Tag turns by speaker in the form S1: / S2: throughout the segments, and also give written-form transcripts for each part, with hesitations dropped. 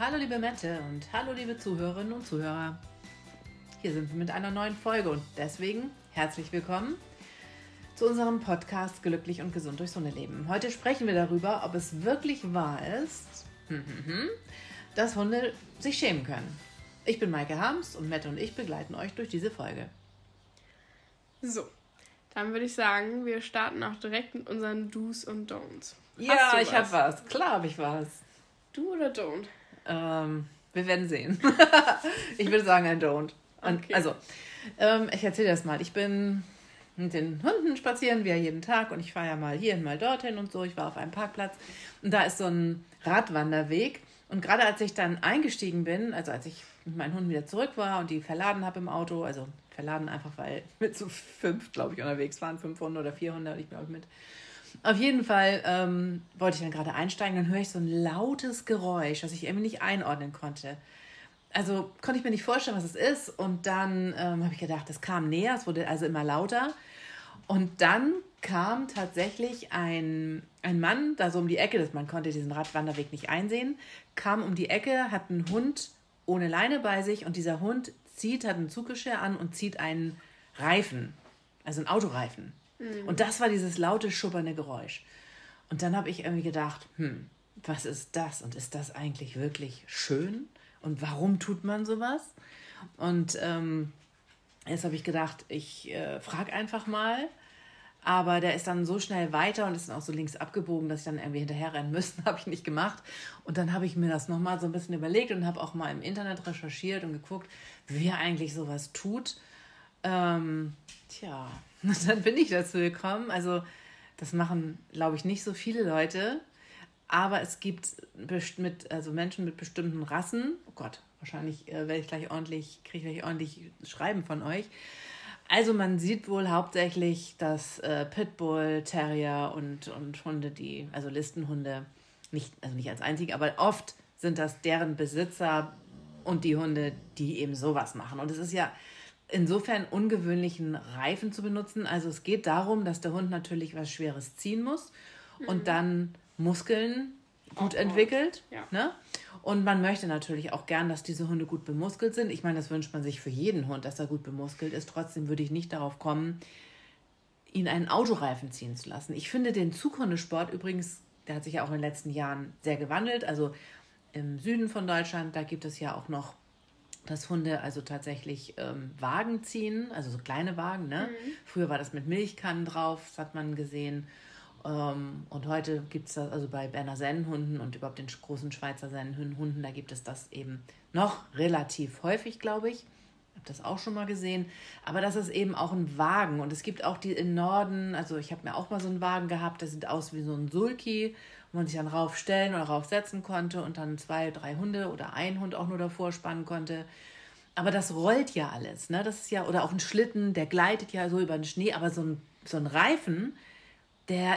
S1: Hallo liebe Mette und hallo liebe Zuhörerinnen und Zuhörer. Hier sind wir mit einer neuen Folge und deswegen herzlich willkommen zu unserem Podcast Glücklich und gesund durchs Hundeleben. Heute sprechen wir darüber, ob es wirklich wahr ist, dass Hunde sich schämen können. Ich bin Maike Harms und Mette und ich begleiten euch durch diese Folge.
S2: So, dann würde ich sagen, wir starten auch direkt mit unseren Do's und Don'ts.
S1: Ja, ich habe was. Klar habe ich was.
S2: Do oder Don't?
S1: Wir werden sehen. Ich würde sagen ein Don't.
S2: Okay.
S1: Also, ich erzähle das mal. Ich bin mit den Hunden spazieren, wie ja jeden Tag. Und ich fahre ja mal hierhin, mal dorthin und so. Ich war auf einem Parkplatz. Und da ist so ein Radwanderweg. Und gerade als ich dann eingestiegen bin, also als ich mit meinen Hunden wieder zurück war und die verladen habe im Auto, also verladen einfach, weil wir zu 5, glaube ich, unterwegs waren, 5 Hunde oder 4 Hunde, und ich bin auch mit. Auf jeden Fall wollte ich dann gerade einsteigen, dann höre ich so ein lautes Geräusch, das ich irgendwie nicht einordnen konnte. Also konnte ich mir nicht vorstellen, was es ist. Und dann habe ich gedacht, es kam näher, es wurde also immer lauter. Und dann kam tatsächlich ein Mann da so um die Ecke, man konnte diesen Radwanderweg nicht einsehen, kam um die Ecke, hat einen Hund ohne Leine bei sich und dieser Hund hat ein Zuggeschirr an und zieht einen Reifen, also einen Autoreifen. Und das war dieses laute, schubbernde Geräusch. Und dann habe ich irgendwie gedacht, was ist das? Und ist das eigentlich wirklich schön? Und warum tut man sowas? Und jetzt habe ich gedacht, ich frage einfach mal. Aber der ist dann so schnell weiter und ist dann auch so links abgebogen, dass ich dann irgendwie hinterherrennen müsste. Habe ich nicht gemacht. Und dann habe ich mir das nochmal so ein bisschen überlegt und habe auch mal im Internet recherchiert und geguckt, wer eigentlich sowas tut. Und dann bin ich dazu gekommen. Also das machen, glaube ich, nicht so viele Leute. Aber es gibt Menschen mit bestimmten Rassen. Oh Gott, wahrscheinlich kriege ich gleich ordentlich Schreiben von euch. Also man sieht wohl hauptsächlich, dass Pitbull, Terrier und Hunde, also Listenhunde, nicht als einzige, aber oft sind das deren Besitzer und die Hunde, die eben sowas machen. Und es ist ja insofern ungewöhnlich, einen Reifen zu benutzen. Also es geht darum, dass der Hund natürlich was Schweres ziehen muss und dann Muskeln gut entwickelt. Ja. Ne? Und man möchte natürlich auch gern, dass diese Hunde gut bemuskelt sind. Ich meine, das wünscht man sich für jeden Hund, dass er gut bemuskelt ist. Trotzdem würde ich nicht darauf kommen, ihn einen Autoreifen ziehen zu lassen. Ich finde den Zughundesport übrigens, der hat sich ja auch in den letzten Jahren sehr gewandelt. Also im Süden von Deutschland, da gibt es ja auch noch, dass Hunde also tatsächlich Wagen ziehen, also so kleine Wagen. Ne? Früher war das mit Milchkannen drauf, das hat man gesehen. Und heute gibt es das, also bei Berner Sennenhunden und überhaupt den großen Schweizer Sennenhunden, da gibt es das eben noch relativ häufig, glaube ich. Ich habe das auch schon mal gesehen. Aber das ist eben auch ein Wagen. Und es gibt auch die im Norden, also ich habe mir auch mal so einen Wagen gehabt, der sieht aus wie so ein Sulky, wo man sich dann raufstellen oder raufsetzen konnte und dann 2, 3 Hunde oder ein Hund auch nur davor spannen konnte. Aber das rollt ja alles, ne? Das ist ja, oder auch ein Schlitten, der gleitet ja so über den Schnee, aber so ein Reifen, der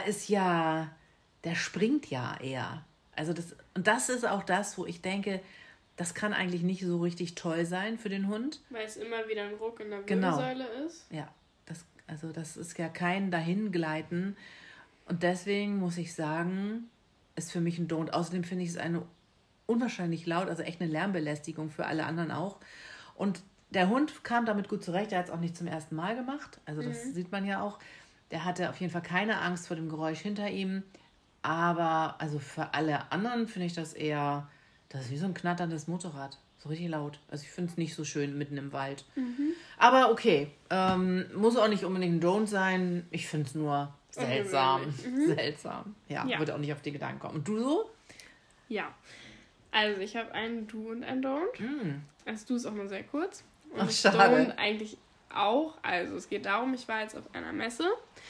S1: springt ja eher. Also das ist auch das, wo ich denke, das kann eigentlich nicht so richtig toll sein für den Hund.
S2: Weil es immer wieder ein Ruck in der Wirbelsäule ist.
S1: Ja, das ist ja kein Dahingleiten. Und deswegen muss ich sagen, ist für mich ein Don't. Außerdem finde ich es eine unwahrscheinlich laut, also echt eine Lärmbelästigung für alle anderen auch. Und der Hund kam damit gut zurecht. Er hat es auch nicht zum ersten Mal gemacht. Also das sieht man ja auch. Der hatte auf jeden Fall keine Angst vor dem Geräusch hinter ihm. Aber also für alle anderen finde ich das ist wie so ein knatterndes Motorrad. So richtig laut. Also ich finde es nicht so schön mitten im Wald. Aber okay, muss auch nicht unbedingt ein Don't sein. Ich finde es nur seltsam. Seltsam. Ja, würde auch nicht auf die Gedanken kommen. Und du so?
S2: Ja. Also ich habe ein Do und ein Don't. Das Do ist auch nur sehr kurz. Und das Don't eigentlich auch. Also es geht darum, ich war jetzt auf einer Messe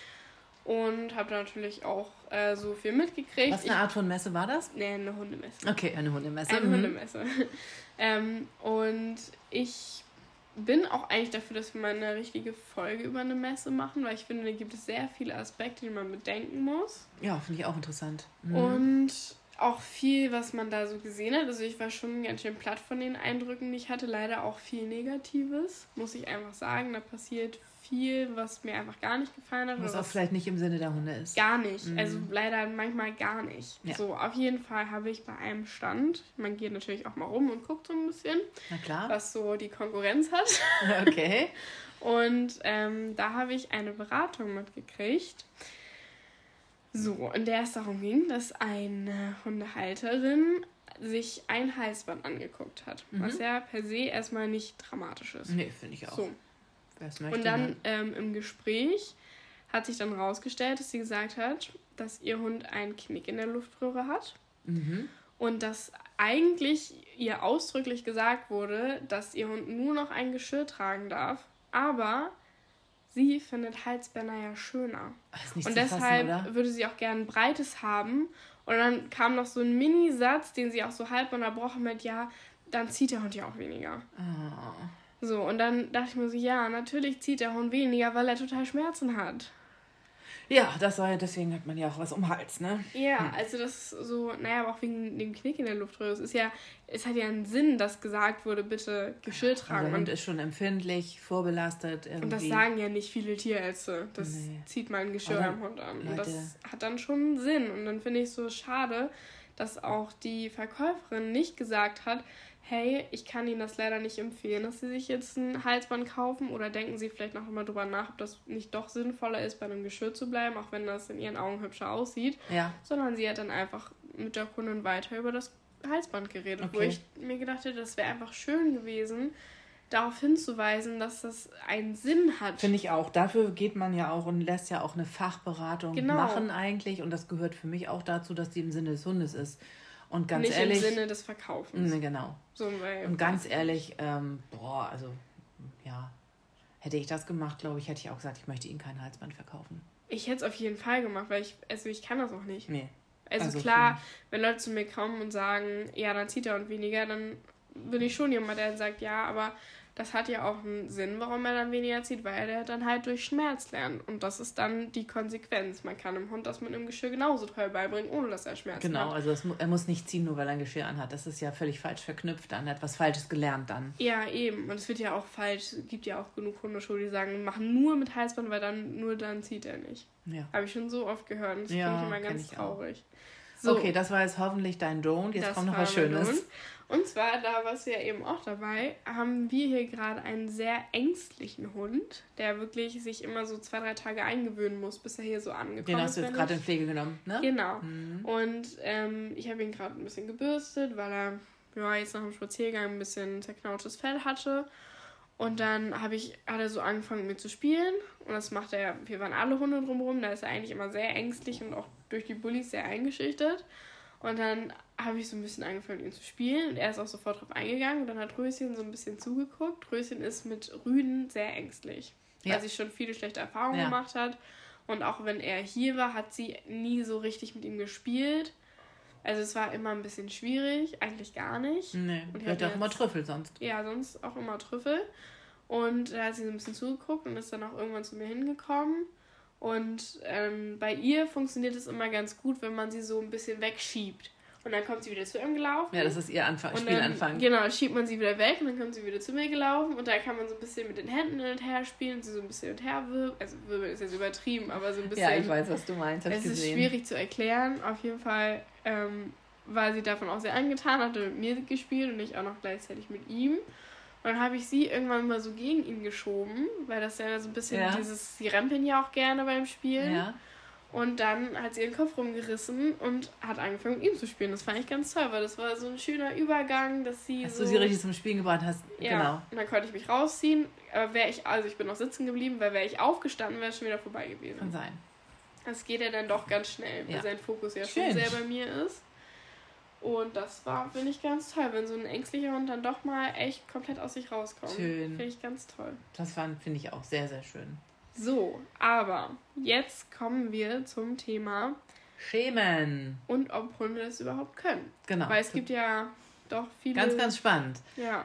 S2: und habe natürlich auch so viel mitgekriegt.
S1: Was für eine Art von Messe war das?
S2: Nee, eine Hundemesse.
S1: Okay, eine Hundemesse.
S2: Eine Hundemesse. Und ich bin auch eigentlich dafür, dass wir mal eine richtige Folge über eine Messe machen, weil ich finde, da gibt es sehr viele Aspekte, die man bedenken muss.
S1: Ja, finde ich auch interessant.
S2: Und auch viel, was man da so gesehen hat. Also ich war schon ganz schön platt von den Eindrücken, die ich hatte. Leider auch viel Negatives, muss ich einfach sagen. Da passiert viel, was mir einfach gar nicht gefallen hat.
S1: Was auch vielleicht nicht im Sinne der Hunde ist.
S2: Gar nicht. Also leider manchmal gar nicht. Ja. So, auf jeden Fall habe ich bei einem Stand, man geht natürlich auch mal rum und guckt so ein bisschen,
S1: na klar,
S2: was so die Konkurrenz hat.
S1: Okay.
S2: Und da habe ich eine Beratung mitgekriegt. So, in der es darum ging, dass eine Hundehalterin sich ein Halsband angeguckt hat. Was ja per se erstmal nicht dramatisch ist.
S1: Nee, finde ich auch. So.
S2: Und dann im Gespräch hat sich dann rausgestellt, dass sie gesagt hat, dass ihr Hund einen Knick in der Luftröhre hat. Und dass eigentlich ihr ausdrücklich gesagt wurde, dass ihr Hund nur noch ein Geschirr tragen darf. Aber sie findet Halsbänder ja schöner. Und deshalb würde sie auch gerne ein breites haben. Und dann kam noch so ein Minisatz, den sie auch so halb unterbrochen mit, ja, dann zieht der Hund ja auch weniger. Oh. So, und dann dachte ich mir so, ja, natürlich zieht der Hund weniger, weil er total Schmerzen hat.
S1: Ja, deswegen hat man ja auch was um den Hals, ne?
S2: Ja, also das ist so, naja, aber auch wegen dem Knick in der Luftröhre. Es hat ja einen Sinn, dass gesagt wurde, bitte Geschirr tragen.
S1: Der Hund ist schon empfindlich, vorbelastet irgendwie.
S2: Und das sagen ja nicht viele Tierärzte. Das zieht mal ein Geschirr am Hund an. Und das hat dann schon Sinn. Und dann finde ich es so schade, dass auch die Verkäuferin nicht gesagt hat, hey, ich kann Ihnen das leider nicht empfehlen, dass Sie sich jetzt ein Halsband kaufen, oder denken Sie vielleicht noch mal drüber nach, ob das nicht doch sinnvoller ist, bei einem Geschirr zu bleiben, auch wenn das in Ihren Augen hübscher aussieht. Ja. Sondern sie hat dann einfach mit der Kundin weiter über das Halsband geredet, wo ich mir gedacht hätte, das wäre einfach schön gewesen, darauf hinzuweisen, dass das einen Sinn hat.
S1: Finde ich auch. Dafür geht man ja auch und lässt ja auch eine Fachberatung machen eigentlich, und das gehört für mich auch dazu, dass die im Sinne des Hundes ist. Und ganz
S2: nicht
S1: ehrlich,
S2: im Sinne des Verkaufens.
S1: Ne, genau.
S2: So,
S1: und ganz ehrlich, hätte ich das gemacht, glaube ich, hätte ich auch gesagt, ich möchte Ihnen kein Halsband verkaufen.
S2: Ich hätte es auf jeden Fall gemacht, weil ich kann das auch nicht. Nee. Also klar, wenn Leute zu mir kommen und sagen, ja, dann zieht er und weniger, dann bin ich schon jemand, der sagt, ja, aber das hat ja auch einen Sinn, warum er dann weniger zieht, weil er dann halt durch Schmerz lernt. Und das ist dann die Konsequenz. Man kann dem Hund das mit einem Geschirr genauso toll beibringen, ohne dass er Schmerzen hat.
S1: Genau, also er muss nicht ziehen, nur weil er ein Geschirr anhat. Das ist ja völlig falsch verknüpft, dann hat was Falsches gelernt dann.
S2: Ja, eben. Und es wird ja auch falsch, es gibt ja auch genug Hundeschulen, die sagen, machen nur mit Halsband, weil dann zieht er nicht. Ja. Habe ich schon so oft gehört. Das finde ich immer ganz traurig.
S1: So. Okay, das war jetzt hoffentlich dein Don't. Jetzt kommt noch was Schönes.
S2: Und zwar, da warst du ja eben auch dabei, haben wir hier gerade einen sehr ängstlichen Hund, der wirklich sich immer so 2-3 Tage eingewöhnen muss, bis er hier so angekommen ist.
S1: Den hast du jetzt gerade in Pflege genommen, ne?
S2: Genau. Und ich habe ihn gerade ein bisschen gebürstet, weil er jetzt nach dem Spaziergang ein bisschen zerknautschtes Fell hatte. Und dann hat er so angefangen mit mir zu spielen. Und das macht er, wir waren alle Hunde drumherum, da ist er eigentlich immer sehr ängstlich und auch durch die Bullies sehr eingeschüchtert. Und dann habe ich so ein bisschen angefangen, ihn zu spielen. Und er ist auch sofort drauf eingegangen. Und dann hat Röschen so ein bisschen zugeguckt. Röschen ist mit Rüden sehr ängstlich. Ja. Weil sie schon viele schlechte Erfahrungen gemacht hat. Und auch wenn er hier war, hat sie nie so richtig mit ihm gespielt. Also es war immer ein bisschen schwierig. Eigentlich gar nicht. Nee, und
S1: ich hatte auch immer Trüffel sonst.
S2: Ja, sonst auch immer Trüffel. Und da hat sie so ein bisschen zugeguckt und ist dann auch irgendwann zu mir hingekommen. Und bei ihr funktioniert es immer ganz gut, wenn man sie so ein bisschen wegschiebt. Und dann kommt sie wieder zu ihm gelaufen.
S1: Ja, das ist ihr Spielanfang.
S2: Genau, schiebt man sie wieder weg und dann kommt sie wieder zu mir gelaufen. Und da kann man so ein bisschen mit den Händen hin und her spielen und sie so ein bisschen hin und her wirbeln. Also wirbeln ist jetzt übertrieben, aber so ein bisschen...
S1: Ja, ich weiß, was du meinst.
S2: Es ist schwierig zu erklären. Auf jeden Fall war sie davon auch sehr angetan, hatte mit mir gespielt und ich auch noch gleichzeitig mit ihm. Und dann habe ich sie irgendwann mal so gegen ihn geschoben, weil das ja so ein bisschen sie rempeln ja auch gerne beim Spielen. Ja. Und dann hat sie ihren Kopf rumgerissen und hat angefangen, mit ihm zu spielen. Das fand ich ganz toll, weil das war so ein schöner Übergang, dass sie
S1: du sie richtig zum Spielen gebracht hast.
S2: Ja,
S1: genau.
S2: Und dann konnte ich mich rausziehen. Aber ich bin noch sitzen geblieben, weil wäre ich aufgestanden, wäre es schon wieder vorbei gewesen.
S1: Kann sein.
S2: Das geht ja dann doch ganz schnell, weil sein Fokus ja schon sehr bei mir ist. Und das war, finde ich, ganz toll, wenn so ein ängstlicher Hund dann doch mal echt komplett aus sich rauskommt. Schön. Finde ich ganz toll.
S1: Das finde ich auch sehr, sehr schön.
S2: So, aber jetzt kommen wir zum Thema
S1: Schämen.
S2: Und ob Hunde das überhaupt können.
S1: Genau.
S2: Weil es gibt ja doch viele...
S1: Ganz, ganz spannend.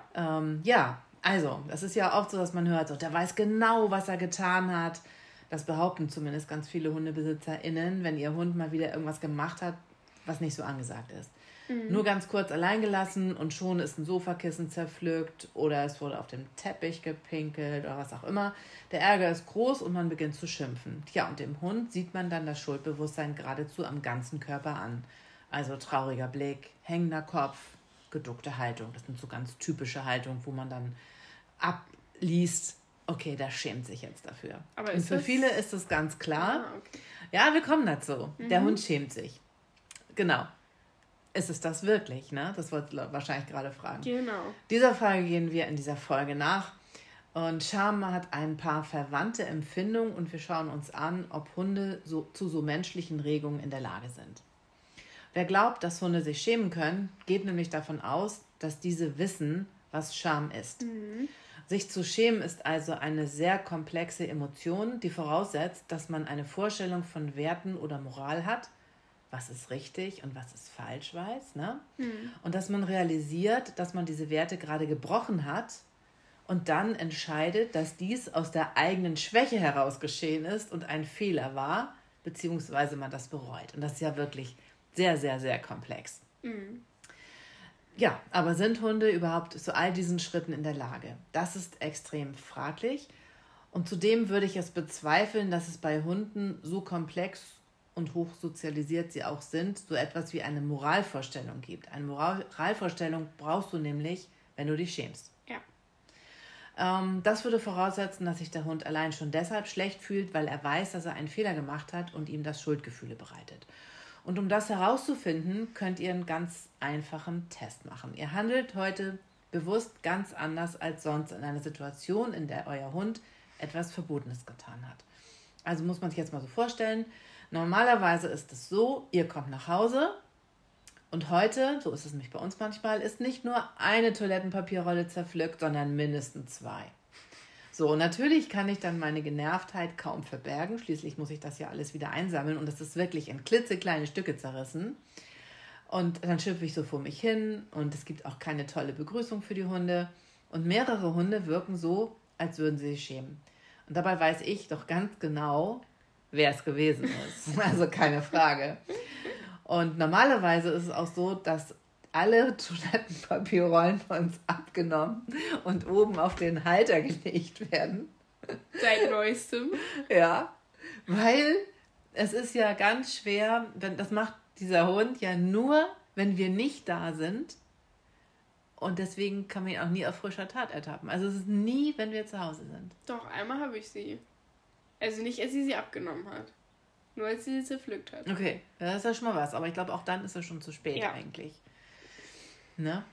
S2: Ja.
S1: Also, das ist ja oft so, dass man hört, so, der weiß genau, was er getan hat. Das behaupten zumindest ganz viele HundebesitzerInnen, wenn ihr Hund mal wieder irgendwas gemacht hat. was nicht so angesagt ist. Nur ganz kurz allein gelassen und schon ist ein Sofakissen zerpflückt oder es wurde auf dem Teppich gepinkelt oder was auch immer. Der Ärger ist groß und man beginnt zu schimpfen. Ja, und im Hund sieht man dann das Schuldbewusstsein geradezu am ganzen Körper an. Also trauriger Blick, hängender Kopf, geduckte Haltung. Das sind so ganz typische Haltungen, wo man dann abliest, okay, der schämt sich jetzt dafür. Aber und für viele ist es ganz klar. Okay. Ja, wir kommen dazu. Der Hund schämt sich. Genau. Ist es das wirklich? Ne? Das wolltest du wahrscheinlich gerade fragen. Genau. Dieser Frage gehen wir in dieser Folge nach. Und Scham hat ein paar verwandte Empfindungen und wir schauen uns an, ob Hunde zu so menschlichen Regungen in der Lage sind. Wer glaubt, dass Hunde sich schämen können, geht nämlich davon aus, dass diese wissen, was Scham ist. Sich zu schämen ist also eine sehr komplexe Emotion, die voraussetzt, dass man eine Vorstellung von Werten oder Moral hat, was ist richtig und was ist falsch weiß, ne? Und dass man realisiert, dass man diese Werte gerade gebrochen hat und dann entscheidet, dass dies aus der eigenen Schwäche heraus geschehen ist und ein Fehler war, beziehungsweise man das bereut. Und das ist ja wirklich sehr, sehr, sehr komplex. Ja, aber sind Hunde überhaupt zu all diesen Schritten in der Lage? Das ist extrem fraglich. Und zudem würde ich es bezweifeln, dass es bei Hunden so komplex und hochsozialisiert sie auch sind, so etwas wie eine Moralvorstellung gibt. Eine Moralvorstellung brauchst du nämlich, wenn du dich schämst. Ja. Das würde voraussetzen, dass sich der Hund allein schon deshalb schlecht fühlt, weil er weiß, dass er einen Fehler gemacht hat und ihm das Schuldgefühle bereitet. Und um das herauszufinden, könnt ihr einen ganz einfachen Test machen. Ihr handelt heute bewusst ganz anders als sonst in einer Situation, in der euer Hund etwas Verbotenes getan hat. Also muss man sich jetzt mal so vorstellen, normalerweise ist es so, ihr kommt nach Hause und heute, so ist es nämlich bei uns manchmal, ist nicht nur eine Toilettenpapierrolle zerpflückt, sondern mindestens 2. So, natürlich kann ich dann meine Genervtheit kaum verbergen, schließlich muss ich das ja alles wieder einsammeln und es ist wirklich in klitzekleine Stücke zerrissen. Und dann schimpfe ich so vor mich hin und es gibt auch keine tolle Begrüßung für die Hunde. Und mehrere Hunde wirken so, als würden sie sich schämen. Und dabei weiß ich doch ganz genau, wer es gewesen ist. Also keine Frage. Und normalerweise ist es auch so, dass alle Toilettenpapierrollen von uns abgenommen und oben auf den Halter gelegt werden.
S2: Seit neuestem.
S1: Ja, weil es ist ja ganz schwer, das macht dieser Hund ja nur, wenn wir nicht da sind. Und deswegen kann man ihn auch nie auf frischer Tat ertappen. Also es ist nie, wenn wir zu Hause sind.
S2: Doch, einmal habe ich sie. Also nicht, als sie abgenommen hat. Nur als sie zerpflückt hat.
S1: Okay, das ist ja schon mal was. Aber ich glaube, auch dann ist es schon zu spät eigentlich. Ne?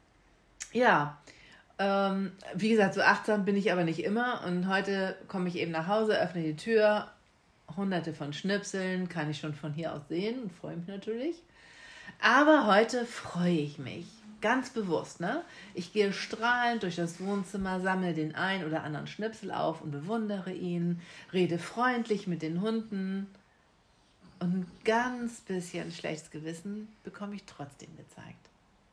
S1: Ja. Wie gesagt, so achtsam bin ich aber nicht immer. Und heute komme ich eben nach Hause, öffne die Tür. Hunderte von Schnipseln kann ich schon von hier aus sehen und freue mich natürlich. Aber heute freue ich mich. Ganz bewusst, ne? Ich gehe strahlend durch das Wohnzimmer, sammle den ein oder anderen Schnipsel auf und bewundere ihn, rede freundlich mit den Hunden und ein ganz bisschen schlechtes Gewissen bekomme ich trotzdem gezeigt.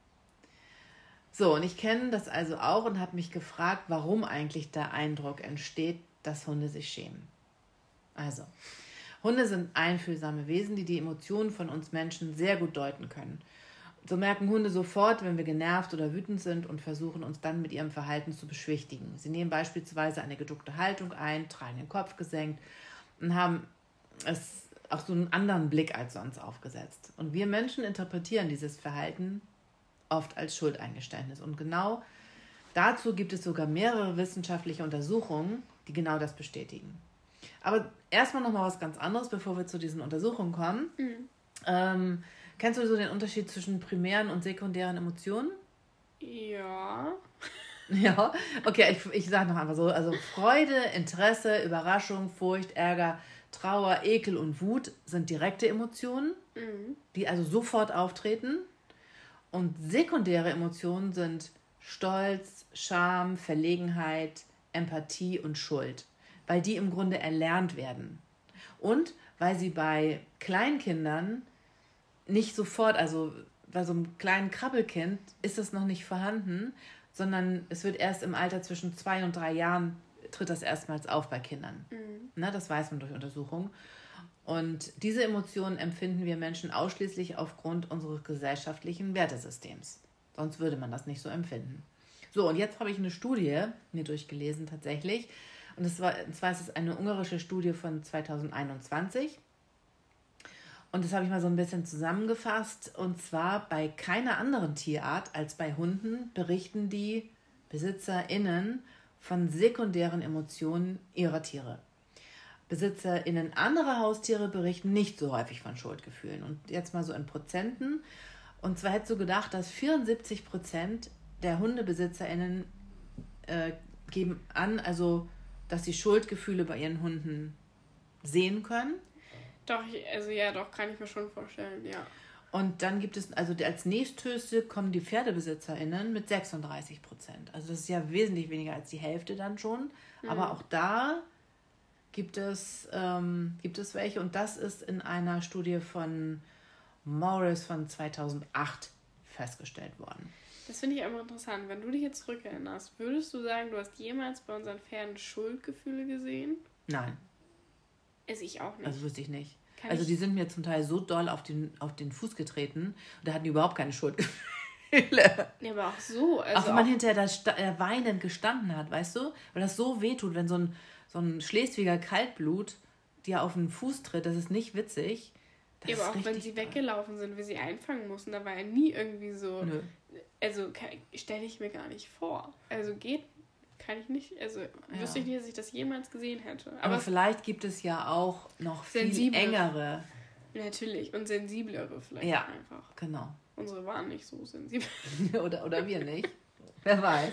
S1: So, und ich kenne das also auch und habe mich gefragt, warum eigentlich der Eindruck entsteht, dass Hunde sich schämen. Also, Hunde sind einfühlsame Wesen, die Emotionen von uns Menschen sehr gut deuten können. So merken Hunde sofort, wenn wir genervt oder wütend sind und versuchen uns dann mit ihrem Verhalten zu beschwichtigen. Sie nehmen beispielsweise eine geduckte Haltung ein, tragen den Kopf gesenkt und haben es auch so einen anderen Blick als sonst aufgesetzt. Und wir Menschen interpretieren dieses Verhalten oft als Schuldeingeständnis. Und genau dazu gibt es sogar mehrere wissenschaftliche Untersuchungen, die genau das bestätigen. Aber erstmal nochmal was ganz anderes, bevor wir zu diesen Untersuchungen kommen. Kennst du so den Unterschied zwischen primären und sekundären Emotionen?
S2: Ja.
S1: Ja, okay, ich sage noch einfach so. Also Freude, Interesse, Überraschung, Furcht, Ärger, Trauer, Ekel und Wut sind direkte Emotionen, die also sofort auftreten. Und sekundäre Emotionen sind Stolz, Scham, Verlegenheit, Empathie und Schuld, weil die im Grunde erlernt werden. Und weil sie bei Kleinkindern nicht sofort, also bei so einem kleinen Krabbelkind ist das noch nicht vorhanden, sondern es wird erst im Alter zwischen 2 und 3 Jahren tritt das erstmals auf bei Kindern. Na, das weiß man durch Untersuchungen. Und diese Emotionen empfinden wir Menschen ausschließlich aufgrund unseres gesellschaftlichen Wertesystems. Sonst würde man das nicht so empfinden. So, und jetzt habe ich eine Studie mir durchgelesen tatsächlich. Und zwar ist es eine ungarische Studie von 2021. Und das habe ich mal so ein bisschen zusammengefasst. Und zwar bei keiner anderen Tierart als bei Hunden berichten die BesitzerInnen von sekundären Emotionen ihrer Tiere. BesitzerInnen anderer Haustiere berichten nicht so häufig von Schuldgefühlen. Und jetzt mal so in Prozenten. Und zwar hättest du gedacht, dass 74% der HundebesitzerInnen geben an, also dass sie Schuldgefühle bei ihren Hunden sehen können.
S2: Doch, doch, kann ich mir schon vorstellen, ja.
S1: Und dann gibt es, also als nächsthöchste kommen die PferdebesitzerInnen mit 36%. Also das ist ja wesentlich weniger als die Hälfte dann schon. Aber auch da gibt es welche. Und das ist in einer Studie von Morris von 2008 festgestellt worden.
S2: Das finde ich aber interessant. Wenn du dich jetzt zurückerinnerst, würdest du sagen, du hast jemals bei unseren Pferden Schuldgefühle gesehen?
S1: Nein.
S2: Also ich auch nicht.
S1: Also wüsste ich nicht. Die sind mir zum Teil so doll auf den Fuß getreten und da hatten die überhaupt keine Schuldgefühle.
S2: Ja, aber auch so.
S1: Also auch wenn man hinterher da weinend gestanden hat, weißt du? Weil das so wehtut, wenn so ein Schleswiger Kaltblut dir auf den Fuß tritt, das ist nicht witzig.
S2: Ja, aber auch wenn sie weggelaufen sind, wir sie einfangen mussten, da war ja nie irgendwie so... Nö. Also stelle ich mir gar nicht vor. Also kann ich nicht, wüsste ich nicht, dass ich das jemals gesehen hätte.
S1: Aber vielleicht gibt es ja auch noch viel engere.
S2: Natürlich, und sensiblere vielleicht einfach.
S1: Genau.
S2: Unsere waren nicht so sensibel.
S1: oder wir nicht. Wer weiß.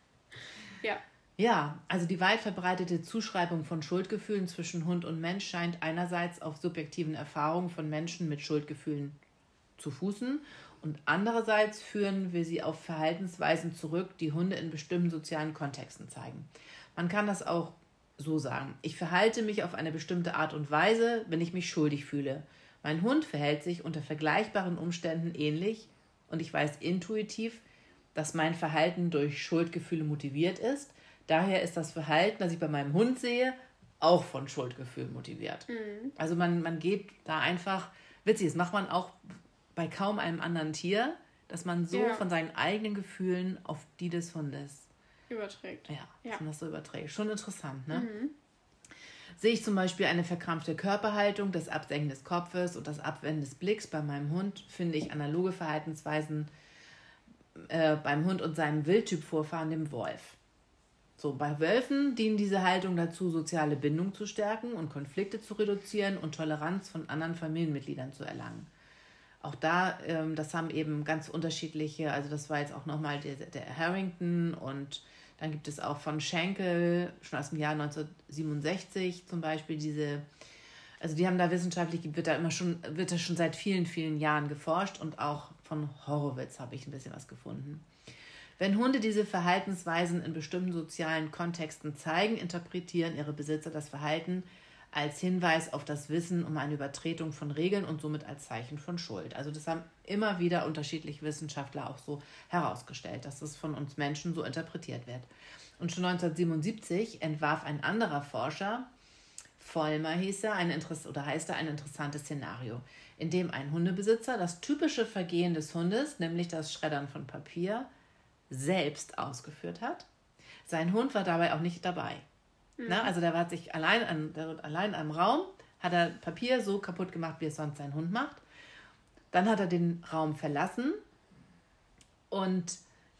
S2: Ja.
S1: Ja, also die weit verbreitete Zuschreibung von Schuldgefühlen zwischen Hund und Mensch scheint einerseits auf subjektiven Erfahrungen von Menschen mit Schuldgefühlen zu fußen und andererseits führen wir sie auf Verhaltensweisen zurück, die Hunde in bestimmten sozialen Kontexten zeigen. Man kann das auch so sagen. Ich verhalte mich auf eine bestimmte Art und Weise, wenn ich mich schuldig fühle. Mein Hund verhält sich unter vergleichbaren Umständen ähnlich und ich weiß intuitiv, dass mein Verhalten durch Schuldgefühle motiviert ist. Daher ist das Verhalten, das ich bei meinem Hund sehe, auch von Schuldgefühlen motiviert. Mhm. Also man geht da einfach, witzig, das macht man auch bei kaum einem anderen Tier, dass man so von seinen eigenen Gefühlen auf die des Hundes
S2: überträgt.
S1: Ja, dass man das so überträgt. Schon interessant, ne? Mhm. Sehe ich zum Beispiel eine verkrampfte Körperhaltung, das Absenken des Kopfes und das Abwenden des Blicks bei meinem Hund, finde ich analoge Verhaltensweisen beim Hund und seinem Wildtyp-Vorfahren, dem Wolf. So, bei Wölfen dienen diese Haltung dazu, soziale Bindung zu stärken und Konflikte zu reduzieren und Toleranz von anderen Familienmitgliedern zu erlangen. Auch da, das haben eben ganz unterschiedliche, also das war jetzt auch nochmal der Harrington und dann gibt es auch von Schenkel, schon aus dem Jahr 1967 zum Beispiel also die haben da wissenschaftlich, wird da schon seit vielen, vielen Jahren geforscht und auch von Horowitz habe ich ein bisschen was gefunden. Wenn Hunde diese Verhaltensweisen in bestimmten sozialen Kontexten zeigen, interpretieren ihre Besitzer das Verhalten als Hinweis auf das Wissen um eine Übertretung von Regeln und somit als Zeichen von Schuld. Also das haben immer wieder unterschiedliche Wissenschaftler auch so herausgestellt, dass das von uns Menschen so interpretiert wird. Und schon 1977 entwarf ein anderer Forscher, Vollmer heißt er, ein interessantes Szenario, in dem ein Hundebesitzer das typische Vergehen des Hundes, nämlich das Schreddern von Papier, selbst ausgeführt hat. Sein Hund war dabei auch nicht dabei. Mhm. Na, also der war sich allein in einem Raum, hat er Papier so kaputt gemacht, wie es sonst sein Hund macht. Dann hat er den Raum verlassen und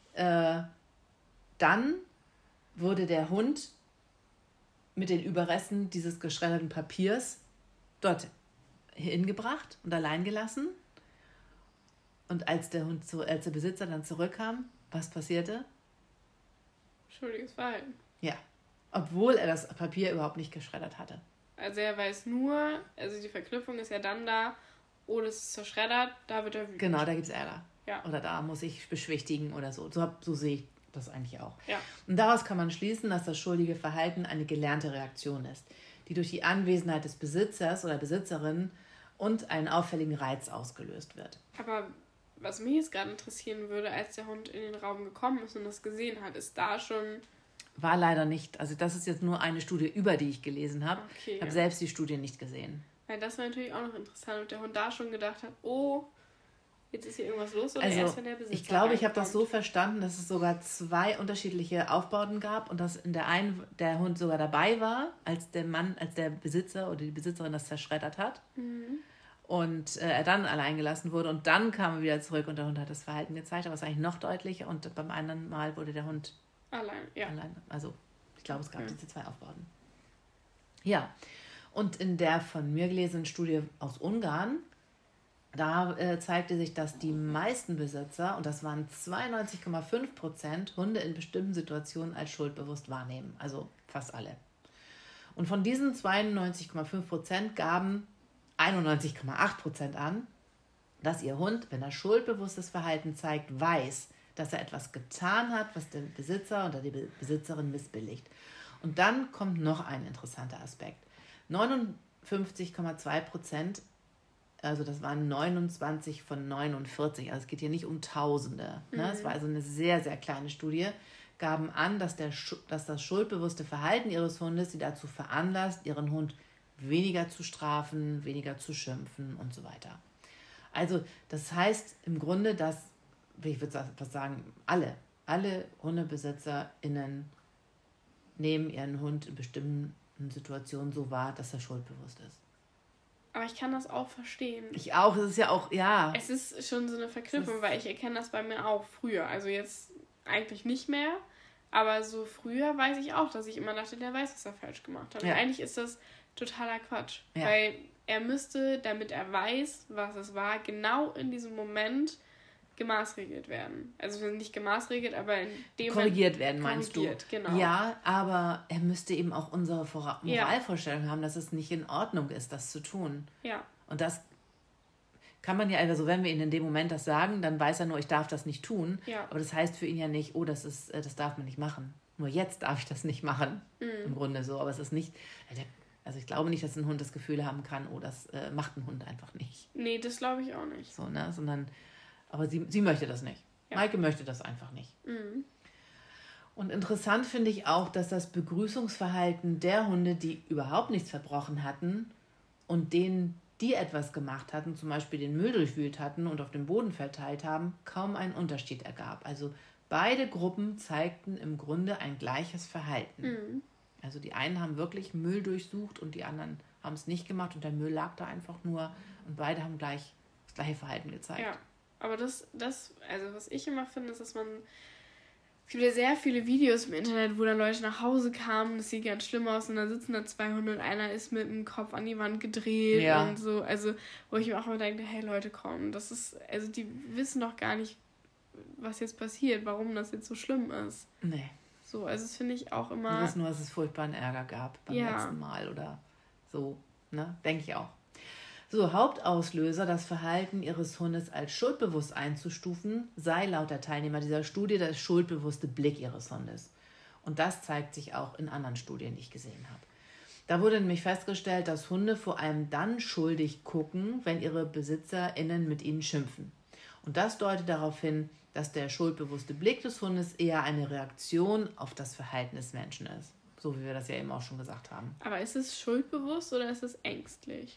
S1: dann wurde der Hund mit den Überresten dieses geschredderten Papiers dort hingebracht und allein gelassen. Und als der Besitzer dann zurückkam, was passierte?
S2: Schuldiges Verhalten.
S1: Ja, obwohl er das Papier überhaupt nicht geschreddert hatte.
S2: Also er weiß nur, also die Verknüpfung ist ja dann da, oh, das ist zerschreddert, da wird er wütend.
S1: Genau, da gibt es Ärger.
S2: Ja.
S1: Oder da muss ich beschwichtigen oder so. So sehe ich das eigentlich auch.
S2: Ja.
S1: Und daraus kann man schließen, dass das schuldige Verhalten eine gelernte Reaktion ist, die durch die Anwesenheit des Besitzers oder Besitzerin und einen auffälligen Reiz ausgelöst wird.
S2: Aber was mich jetzt gerade interessieren würde, als der Hund in den Raum gekommen ist und das gesehen hat, ist da schon...
S1: War leider nicht. Also das ist jetzt nur eine Studie, über die ich gelesen habe.
S2: Okay,
S1: ich habe selbst die Studie nicht gesehen.
S2: Weil das war natürlich auch noch interessant, ob der Hund da schon gedacht hat, oh, jetzt ist hier irgendwas los oder erst, wenn der Besitzer
S1: ich glaube, ich habe das so verstanden, dass es sogar 2 unterschiedliche Aufbauten gab und dass in der einen der Hund sogar dabei war, als der Besitzer oder die Besitzerin das zerschreddert hat.
S2: Mhm.
S1: Und er dann allein gelassen wurde und dann kam er wieder zurück und der Hund hat das Verhalten gezeigt, aber es ist eigentlich noch deutlicher und beim anderen Mal wurde der Hund allein. Also ich glaube, es gab diese 2 Aufbauten. Ja, und in der von mir gelesenen Studie aus Ungarn, da zeigte sich, dass die meisten Besitzer, und das waren 92,5%, Hunde in bestimmten Situationen als schuldbewusst wahrnehmen. Also fast alle. Und von diesen 92,5% gaben 91,8% an, dass ihr Hund, wenn er schuldbewusstes Verhalten zeigt, weiß, dass er etwas getan hat, was den Besitzer oder die Besitzerin missbilligt. Und dann kommt noch ein interessanter Aspekt. 59,2%, also das waren 29 von 49, also es geht hier nicht um Tausende. Ne? Es war also eine sehr, sehr kleine Studie, gaben an, dass das schuldbewusste Verhalten ihres Hundes sie dazu veranlasst, ihren Hund weniger zu strafen, weniger zu schimpfen und so weiter. Also das heißt im Grunde, dass, ich würde fast sagen, alle HundebesitzerInnen nehmen ihren Hund in bestimmten Situationen so wahr, dass er schuldbewusst ist.
S2: Aber ich kann das auch verstehen.
S1: Ich auch, es ist ja auch, ja.
S2: Es ist schon so eine Verknüpfung, weil ich erkenne das bei mir auch früher. Also jetzt eigentlich nicht mehr, aber so früher weiß ich auch, dass ich immer dachte, der weiß, was er falsch gemacht hat. Ja. Und eigentlich ist das totaler Quatsch, weil er müsste, damit er weiß, was es war, genau in diesem Moment gemaßregelt werden. Also nicht gemaßregelt, aber in dem
S1: korrigiert werden, meinst du?
S2: Genau.
S1: Ja, aber er müsste eben auch unsere Moralvorstellung haben, dass es nicht in Ordnung ist, das zu tun.
S2: Ja.
S1: Und das kann man ja, also wenn wir ihm in dem Moment das sagen, dann weiß er nur, ich darf das nicht tun.
S2: Ja.
S1: Aber das heißt für ihn ja nicht, oh, das darf man nicht machen. Nur jetzt darf ich das nicht machen. Im Grunde so. Aber es ist nicht, also ich glaube nicht, dass ein Hund das Gefühl haben kann, oh, das macht ein Hund einfach nicht.
S2: Nee, das glaube ich auch nicht.
S1: So, ne? Sondern, aber sie möchte das nicht. Ja. Maike möchte das einfach nicht.
S2: Mhm.
S1: Und interessant finde ich auch, dass das Begrüßungsverhalten der Hunde, die überhaupt nichts verbrochen hatten und denen, die etwas gemacht hatten, zum Beispiel den Müll durchwühlt hatten und auf dem Boden verteilt haben, kaum einen Unterschied ergab. Also beide Gruppen zeigten im Grunde ein gleiches Verhalten.
S2: Mhm.
S1: Also die einen haben wirklich Müll durchsucht und die anderen haben es nicht gemacht und der Müll lag da einfach nur und beide haben das gleiche Verhalten gezeigt.
S2: Ja, aber also was ich immer finde, ist, dass es gibt ja sehr viele Videos im Internet, wo dann Leute nach Hause kamen, das sieht ganz schlimm aus und dann sitzen da 2 Hunde und einer ist mit dem Kopf an die Wand gedreht und so, also wo ich mir auch immer denke, hey Leute, komm, das ist, also die wissen doch gar nicht, was jetzt passiert, warum das jetzt so schlimm ist.
S1: Nee.
S2: So, also das finde ich auch immer...
S1: Die wissen nur, dass es furchtbaren Ärger gab beim letzten Mal oder so, ne, denke ich auch. So, Hauptauslöser, das Verhalten ihres Hundes als schuldbewusst einzustufen, sei laut der Teilnehmer dieser Studie der schuldbewusste Blick ihres Hundes. Und das zeigt sich auch in anderen Studien, die ich gesehen habe. Da wurde nämlich festgestellt, dass Hunde vor allem dann schuldig gucken, wenn ihre BesitzerInnen mit ihnen schimpfen. Und das deutet darauf hin, dass der schuldbewusste Blick des Hundes eher eine Reaktion auf das Verhalten des Menschen ist. So wie wir das ja eben auch schon gesagt haben.
S2: Aber ist es schuldbewusst oder ist es ängstlich?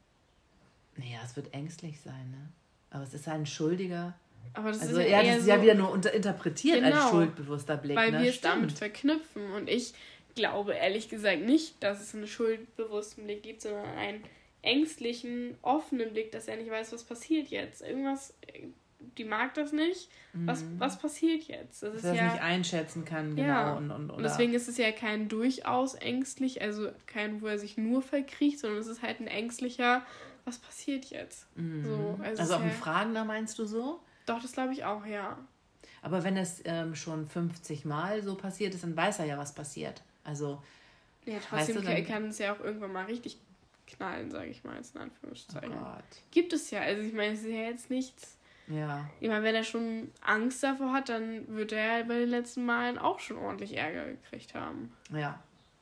S1: Naja, es wird ängstlich sein, ne? Aber es ist halt ein schuldiger...
S2: Aber das
S1: also
S2: ist ja
S1: das ist ja wieder nur interpretiert als schuldbewusster Blick.
S2: Weil wir es damit verknüpfen. Und ich glaube ehrlich gesagt nicht, dass es einen schuldbewussten Blick gibt, sondern einen ängstlichen, offenen Blick, dass er nicht weiß, was passiert jetzt. Irgendwas, die mag das nicht. Was passiert jetzt? Das ist
S1: dass er es nicht einschätzen kann, genau.
S2: Ja. Und deswegen ist es ja kein durchaus ängstlich, also kein, wo er sich nur verkriecht, sondern es ist halt ein ängstlicher, was passiert jetzt? So,
S1: also auch ein Fragender, meinst du so?
S2: Doch, das glaube ich auch, ja.
S1: Aber wenn es schon 50 Mal so passiert ist, dann weiß er ja, was passiert. Also,
S2: ja, trotzdem kann es ja auch irgendwann mal richtig knallen, sage ich mal, in Anführungszeichen.
S1: Oh Gott.
S2: Gibt es ja. Also ich meine, es ist ja jetzt nichts...
S1: Ja.
S2: Ich meine, wenn er schon Angst davor hat, dann wird er bei den letzten Malen auch schon ordentlich Ärger gekriegt haben.
S1: Ja.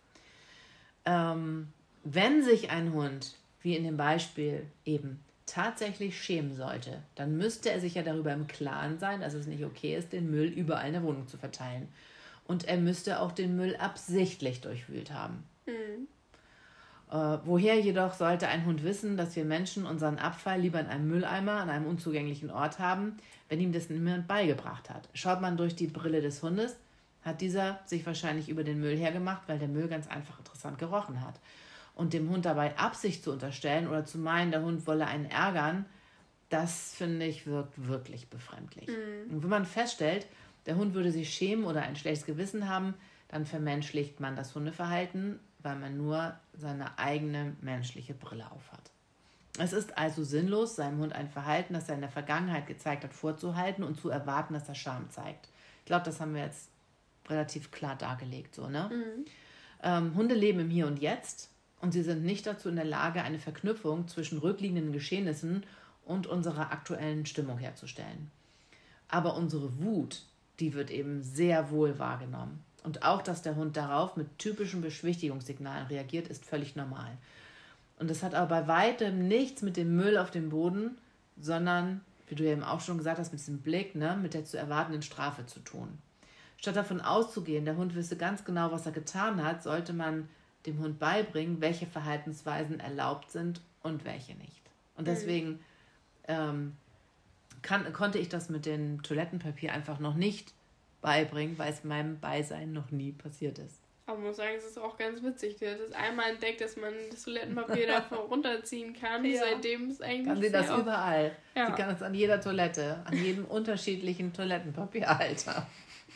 S1: Wenn sich ein Hund, wie in dem Beispiel eben, tatsächlich schämen sollte, dann müsste er sich ja darüber im Klaren sein, dass es nicht okay ist, den Müll überall in der Wohnung zu verteilen. Und er müsste auch den Müll absichtlich durchwühlt haben. Woher jedoch sollte ein Hund wissen, dass wir Menschen unseren Abfall lieber in einem Mülleimer an einem unzugänglichen Ort haben, wenn ihm das niemand beigebracht hat? Schaut man durch die Brille des Hundes, hat dieser sich wahrscheinlich über den Müll hergemacht, weil der Müll ganz einfach interessant gerochen hat. Und dem Hund dabei Absicht zu unterstellen oder zu meinen, der Hund wolle einen ärgern, das, finde ich, wirkt wirklich befremdlich. Und wenn man feststellt, der Hund würde sich schämen oder ein schlechtes Gewissen haben, dann vermenschlicht man das Hundeverhalten, weil man nur seine eigene menschliche Brille aufhat. Es ist also sinnlos, seinem Hund ein Verhalten, das er in der Vergangenheit gezeigt hat, vorzuhalten und zu erwarten, dass er Scham zeigt. Ich glaube, das haben wir jetzt relativ klar dargelegt. So, ne? Hunde leben im Hier und Jetzt und sie sind nicht dazu in der Lage, eine Verknüpfung zwischen rückliegenden Geschehnissen und unserer aktuellen Stimmung herzustellen. Aber unsere Wut, die wird eben sehr wohl wahrgenommen. Und auch, dass der Hund darauf mit typischen Beschwichtigungssignalen reagiert, ist völlig normal. Und das hat aber bei weitem nichts mit dem Müll auf dem Boden, sondern, wie du ja eben auch schon gesagt hast, mit diesem Blick, ne, mit der zu erwartenden Strafe zu tun. Statt davon auszugehen, der Hund wisse ganz genau, was er getan hat, sollte man dem Hund beibringen, welche Verhaltensweisen erlaubt sind und welche nicht. Und deswegen konnte ich das mit dem Toilettenpapier einfach noch nicht beibringen, weil es in meinem Beisein noch nie passiert ist.
S2: Aber ich muss sagen, es ist auch ganz witzig. Die hat das einmal entdeckt, dass man das Toilettenpapier davon runterziehen kann. Ja. Seitdem ist eigentlich
S1: kann sie das überall. Ja. Sie kann es an jeder Toilette, an jedem unterschiedlichen Toilettenpapierhalter.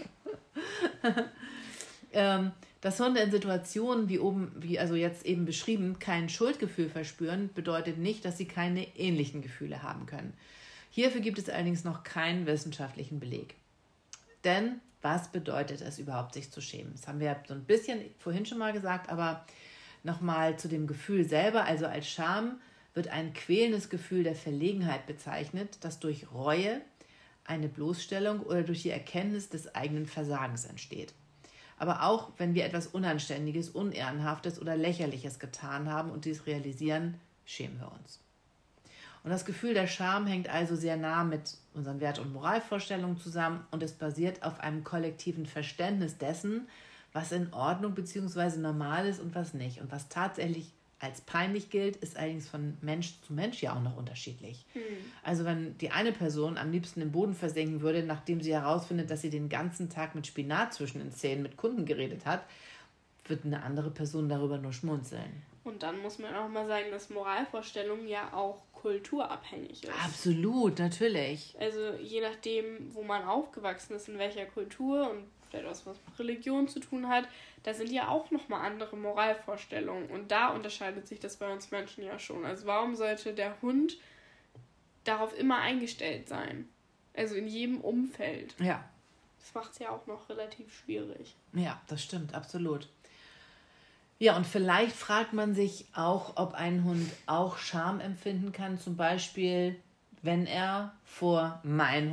S1: Dass Hunde in Situationen wie also jetzt eben beschrieben, kein Schuldgefühl verspüren, bedeutet nicht, dass sie keine ähnlichen Gefühle haben können. Hierfür gibt es allerdings noch keinen wissenschaftlichen Beleg. Denn was bedeutet es überhaupt, sich zu schämen? Das haben wir so ein bisschen vorhin schon mal gesagt, aber nochmal zu dem Gefühl selber. Also als Scham wird ein quälendes Gefühl der Verlegenheit bezeichnet, das durch Reue, eine Bloßstellung oder durch die Erkenntnis des eigenen Versagens entsteht. Aber auch wenn wir etwas Unanständiges, Unehrenhaftes oder Lächerliches getan haben und dies realisieren, schämen wir uns. Und das Gefühl der Scham hängt also sehr nah mit unseren Wert- und Moralvorstellungen zusammen und es basiert auf einem kollektiven Verständnis dessen, was in Ordnung bzw. normal ist und was nicht. Und was tatsächlich als peinlich gilt, ist allerdings von Mensch zu Mensch ja auch noch unterschiedlich. Also wenn die eine Person am liebsten im Boden versinken würde, nachdem sie herausfindet, dass sie den ganzen Tag mit Spinat zwischen den Zähnen mit Kunden geredet hat, wird eine andere Person darüber nur schmunzeln.
S2: Und dann muss man auch mal sagen, dass Moralvorstellungen ja auch kulturabhängig ist.
S1: Absolut, natürlich.
S2: Also je nachdem, wo man aufgewachsen ist, in welcher Kultur und vielleicht auch was mit Religion zu tun hat, da sind ja auch nochmal andere Moralvorstellungen. Und da unterscheidet sich das bei uns Menschen ja schon. Also warum sollte der Hund darauf immer eingestellt sein? Also in jedem Umfeld.
S1: Ja.
S2: Das macht es ja auch noch relativ schwierig.
S1: Ja, das stimmt, absolut. Ja, und vielleicht fragt man sich auch, ob ein Hund auch Scham empfinden kann, zum Beispiel, wenn er vor meinen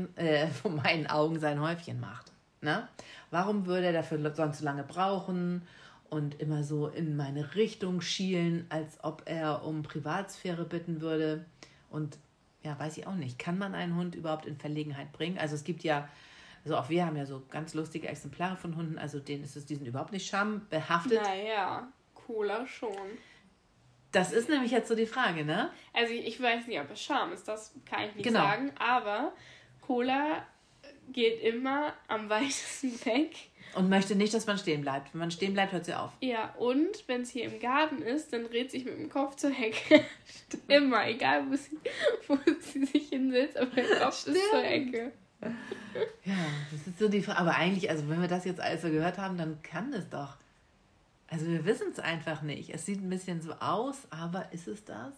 S1: Augen sein Häufchen macht. Ne? Warum würde er dafür sonst so lange brauchen und immer so in meine Richtung schielen, als ob er um Privatsphäre bitten würde? Und ja, weiß ich auch nicht. Kann man einen Hund überhaupt in Verlegenheit bringen? Also es gibt ja, also auch wir haben ja so ganz lustige Exemplare von Hunden, also die sind überhaupt nicht schambehaftet.
S2: Naja, Cola schon.
S1: Das ist nämlich jetzt so die Frage, ne?
S2: Also ich weiß nicht, ob es Scham ist, das kann ich nicht sagen, aber Cola geht immer am weitesten weg.
S1: Und möchte nicht, dass man stehen bleibt. Wenn man stehen bleibt, hört sie auf.
S2: Ja, und wenn es hier im Garten ist, dann dreht sich mit dem Kopf zur Hecke. Immer, egal wo sie sich hinsetzt, aber der Kopf ist zur Hecke.
S1: Ja, das ist so die Frage. Aber eigentlich, also wenn wir das jetzt alles so gehört haben, dann kann es doch. Also wir wissen es einfach nicht. Es sieht ein bisschen so aus, aber ist es das?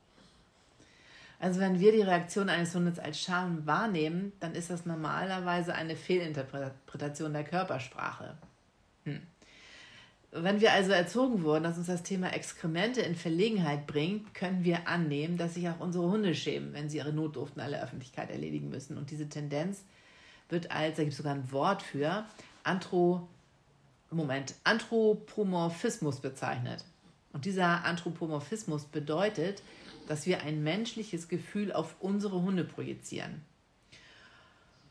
S1: Also wenn wir die Reaktion eines Hundes als Scham wahrnehmen, dann ist das normalerweise eine Fehlinterpretation der Körpersprache. Wenn wir also erzogen wurden, dass uns das Thema Exkremente in Verlegenheit bringt, können wir annehmen, dass sich auch unsere Hunde schämen, wenn sie ihre Notdurft in aller Öffentlichkeit erledigen müssen. Und diese Tendenz wird als, da gibt es sogar ein Wort für, Anthropomorphismus bezeichnet. Und dieser Anthropomorphismus bedeutet, dass wir ein menschliches Gefühl auf unsere Hunde projizieren.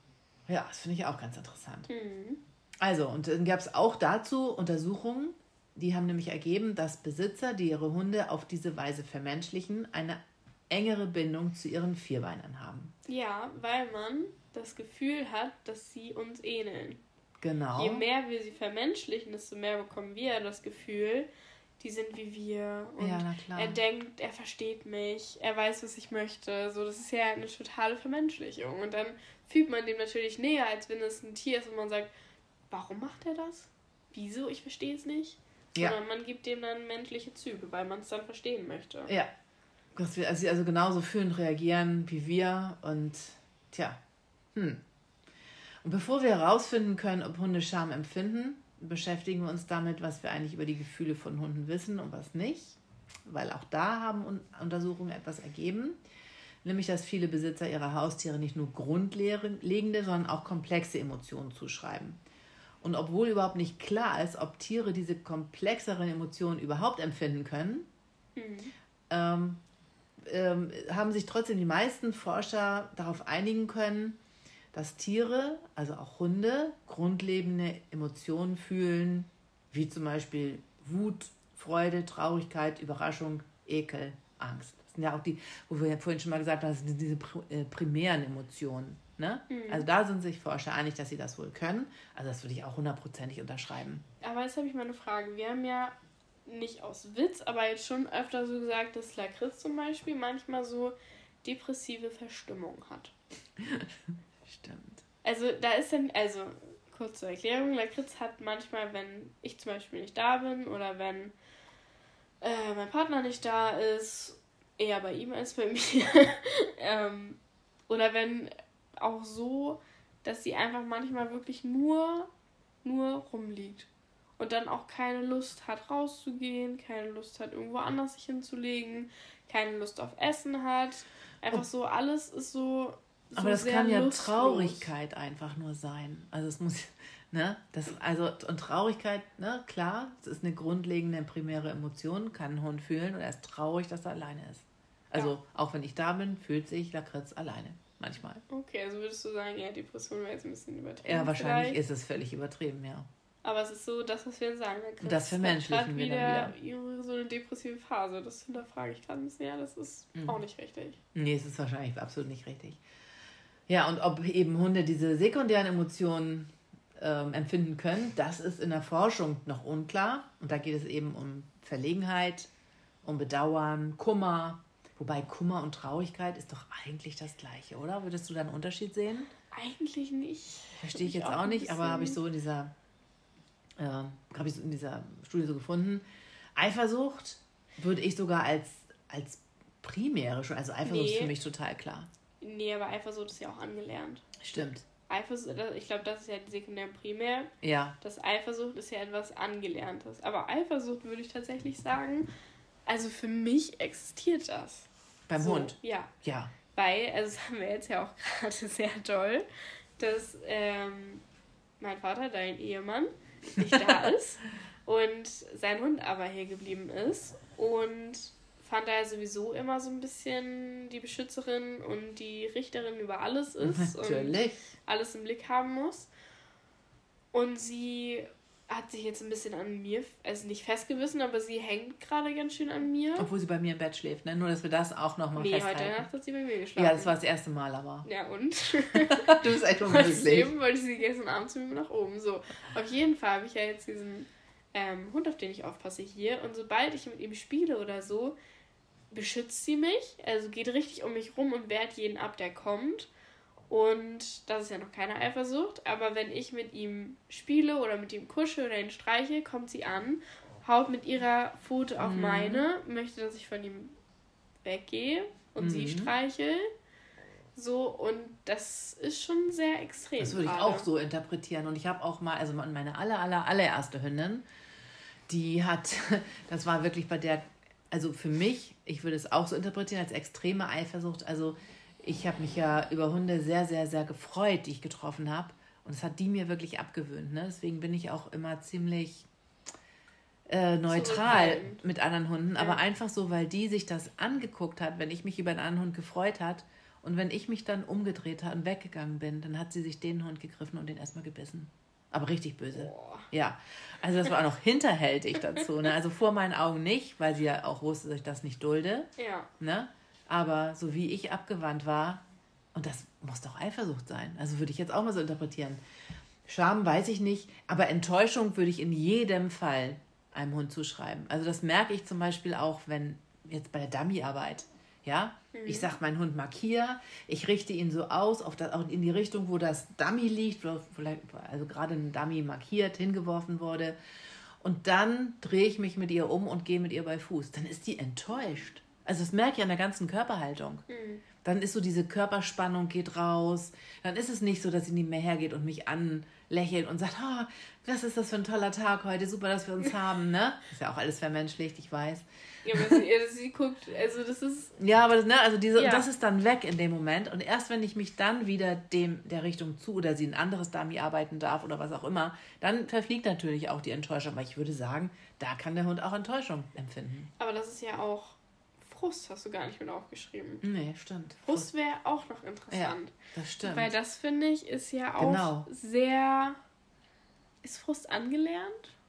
S1: Ja, das finde ich auch ganz interessant. Also, und dann gab es auch dazu Untersuchungen, Die haben nämlich ergeben, dass Besitzer, die ihre Hunde auf diese Weise vermenschlichen, eine engere Bindung zu ihren Vierbeinern haben.
S2: Ja, weil man das Gefühl hat, dass sie uns ähneln.
S1: Genau.
S2: Je mehr wir sie vermenschlichen, desto mehr bekommen wir das Gefühl, die sind wie wir. Und ja, na klar. Er denkt, er versteht mich, er weiß, was ich möchte. So, das ist ja eine totale Vermenschlichung. Und dann fühlt man dem natürlich näher, als wenn es ein Tier ist und man sagt, warum macht er das? Wieso? Ich verstehe es nicht. Ja. Sondern man gibt dem dann menschliche Züge, weil man es dann verstehen möchte.
S1: Ja. Dass wir also genauso fühlen und reagieren wie wir. Und tja. Und bevor wir herausfinden können, ob Hunde Scham empfinden, beschäftigen wir uns damit, was wir eigentlich über die Gefühle von Hunden wissen und was nicht. Weil auch da haben Untersuchungen etwas ergeben. Nämlich, dass viele Besitzer ihrer Haustiere nicht nur grundlegende, sondern auch komplexe Emotionen zuschreiben. Und obwohl überhaupt nicht klar ist, ob Tiere diese komplexeren Emotionen überhaupt empfinden können, haben sich trotzdem die meisten Forscher darauf einigen können, dass Tiere, also auch Hunde, grundlegende Emotionen fühlen, wie zum Beispiel Wut, Freude, Traurigkeit, Überraschung, Ekel, Angst. Das sind ja auch die, wo wir ja vorhin schon mal gesagt haben, das sind diese primären Emotionen. Ne? Also da sind sich Forscher einig, dass sie das wohl können. Also das würde ich auch 100%ig unterschreiben.
S2: Aber jetzt habe ich mal eine Frage. Wir haben ja nicht aus Witz, aber jetzt schon öfter so gesagt, dass Lakritz zum Beispiel manchmal so depressive Verstimmung hat.
S1: Stimmt.
S2: Also da ist dann, also kurze Erklärung, Lakritz hat manchmal, wenn ich zum Beispiel nicht da bin oder wenn mein Partner nicht da ist, eher bei ihm als bei mir, oder wenn auch so, dass sie einfach manchmal wirklich nur rumliegt und dann auch keine Lust hat rauszugehen, keine Lust hat irgendwo anders sich hinzulegen, keine Lust auf Essen hat, einfach so, alles ist so
S1: aber das kann ja lustlos. Traurigkeit einfach nur sein. Also es muss, ne, und Traurigkeit, ne, klar, es ist eine grundlegende, primäre Emotion, kann ein Hund fühlen und er ist traurig, dass er alleine ist. Also auch wenn ich da bin, fühlt sich Lakritz alleine, manchmal.
S2: Okay, also würdest du sagen, ja, Depression wäre jetzt ein bisschen übertrieben.
S1: Ja, wahrscheinlich ist es völlig übertrieben, ja.
S2: Aber es ist so, das, was wir sagen, Lakritz
S1: das vermenschlichen wir dann
S2: wieder. So eine depressive Phase, das hinterfrage ich gerade ein bisschen, ja, das ist auch nicht richtig.
S1: Nee, es ist wahrscheinlich absolut nicht richtig. Ja, und ob eben Hunde diese sekundären Emotionen empfinden können, das ist in der Forschung noch unklar. Und da geht es eben um Verlegenheit, um Bedauern, Kummer. Wobei Kummer und Traurigkeit ist doch eigentlich das Gleiche, oder? Würdest du da einen Unterschied sehen?
S2: Eigentlich nicht.
S1: Verstehe ich jetzt auch nicht, aber habe ich so in dieser Studie so gefunden. Eifersucht würde ich sogar als primäre schon, also Eifersucht ist für mich total klar.
S2: Nee, aber Eifersucht ist ja auch angelernt.
S1: Stimmt.
S2: Eifersucht, ich glaube, das ist ja die sekundär primär.
S1: Ja.
S2: Das Eifersucht ist ja etwas Angelerntes. Aber Eifersucht würde ich tatsächlich sagen, also für mich existiert das.
S1: Beim Hund?
S2: Ja.
S1: Ja.
S2: Weil, also das haben wir jetzt ja auch gerade sehr toll, dass mein Vater, dein Ehemann, nicht da ist und sein Hund aber hier geblieben ist und fand er sowieso immer so ein bisschen die Beschützerin und die Richterin über alles ist. Natürlich. Und alles im Blick haben muss. Und sie hat sich jetzt ein bisschen an mir, also nicht festgebissen, aber sie hängt gerade ganz schön an mir.
S1: Obwohl sie bei mir im Bett schläft, ne? Nur, dass wir das auch nochmal festhalten.
S2: Nee, heute Nacht hat sie bei mir geschlafen.
S1: Ja, das war das erste Mal, aber...
S2: Ja, und?
S1: Du bist echt unmöglich.
S2: Trotzdem wollte ich sie gestern Abend zu mir nach oben. So, auf jeden Fall habe ich ja jetzt diesen Hund, auf den ich aufpasse, hier. Und sobald ich mit ihm spiele oder so, beschützt sie mich, also geht richtig um mich rum und wehrt jeden ab, der kommt. Und das ist ja noch keine Eifersucht, aber wenn ich mit ihm spiele oder mit ihm kuschel oder ihn streiche, kommt sie an, haut mit ihrer Pfote auf meine, möchte, dass ich von ihm weggehe und sie streichel. So, und das ist schon sehr extrem.
S1: Das würde ich auch so interpretieren. Und ich habe auch mal, also meine allererste Hündin, die hat, das war wirklich bei der, also für mich, ich würde es auch so interpretieren als extreme Eifersucht. Also ich habe mich ja über Hunde sehr, sehr, sehr gefreut, die ich getroffen habe. Und das hat die mir wirklich abgewöhnt. Ne? Deswegen bin ich auch immer ziemlich neutral mit anderen Hunden. Ja. Aber einfach so, weil die sich das angeguckt hat, wenn ich mich über einen anderen Hund gefreut hat. Und wenn ich mich dann umgedreht habe und weggegangen bin, dann hat sie sich den Hund gegriffen und den erstmal gebissen. Aber richtig böse. Boah. Ja, also das war auch noch hinterhältig dazu. Ne? Also vor meinen Augen nicht, weil sie ja auch wusste, dass ich das nicht dulde. Ja. Ne? Aber so wie ich abgewandt war, und das muss doch Eifersucht sein. Also würde ich jetzt auch mal so interpretieren. Scham weiß ich nicht, aber Enttäuschung würde ich in jedem Fall einem Hund zuschreiben. Also das merke ich zum Beispiel auch, wenn jetzt bei der Dummy-Arbeit, ja, ich sage, mein Hund markier, ich richte ihn so aus, auch in die Richtung, wo das Dummy liegt, also gerade ein Dummy markiert, hingeworfen wurde, und dann drehe ich mich mit ihr um und gehe mit ihr bei Fuß. Dann ist die enttäuscht. Also das merke ich an der ganzen Körperhaltung. Dann ist so diese Körperspannung geht raus. Dann ist es nicht so, dass sie nicht mehr hergeht und mich anlächelt und sagt, oh, was ist das für ein toller Tag heute, super, dass wir uns haben, ne? Ist ja auch alles vermenschlicht, ich weiß.
S2: Ja, aber sie guckt, also das ist...
S1: Ja, aber das ist dann weg in dem Moment. Und erst wenn ich mich dann wieder der Richtung oder sie ein anderes Dummy arbeiten darf oder was auch immer, dann verfliegt natürlich auch die Enttäuschung. Weil ich würde sagen, da kann der Hund auch Enttäuschung empfinden.
S2: Aber das ist ja auch... Frust hast du gar nicht mit aufgeschrieben.
S1: Nee, stimmt.
S2: Frust wäre auch noch interessant.
S1: Ja, das stimmt.
S2: Weil das, finde ich, ist ja auch sehr... Ist Frust angelernt?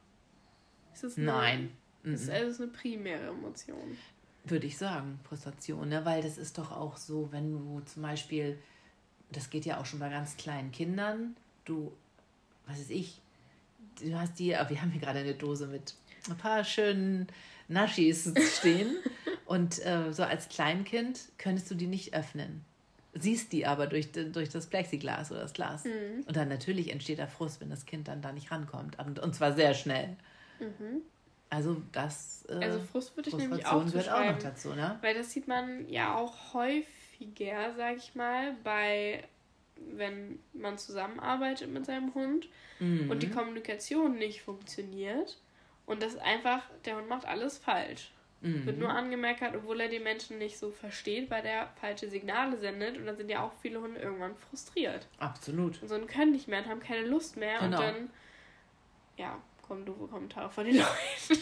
S1: Nein.
S2: Das ist eine primäre Emotion.
S1: Würde ich sagen, Frustration. Ne? Weil das ist doch auch so, wenn du zum Beispiel... Das geht ja auch schon bei ganz kleinen Kindern. Du hast wir haben hier gerade eine Dose mit ein paar schönen Naschis stehen. Und so als Kleinkind könntest du die nicht öffnen. Siehst die aber durch das Plexiglas oder das Glas. Und dann natürlich entsteht da Frust, wenn das Kind dann da nicht rankommt. Und zwar sehr schnell. Also
S2: also Frust würde ich nämlich auch
S1: gehört auch noch dazu, ne?
S2: Weil das sieht man ja auch häufiger, sag ich mal, wenn man zusammenarbeitet mit seinem Hund und die Kommunikation nicht funktioniert und das einfach, der Hund macht alles falsch. Wird nur angemeckert, obwohl er die Menschen nicht so versteht, weil der falsche Signale sendet. Und dann sind ja auch viele Hunde irgendwann frustriert.
S1: Absolut.
S2: Und so können nicht mehr und haben keine Lust mehr. Genau. Und dann, ja, kommen doofe Kommentare von den Leuten.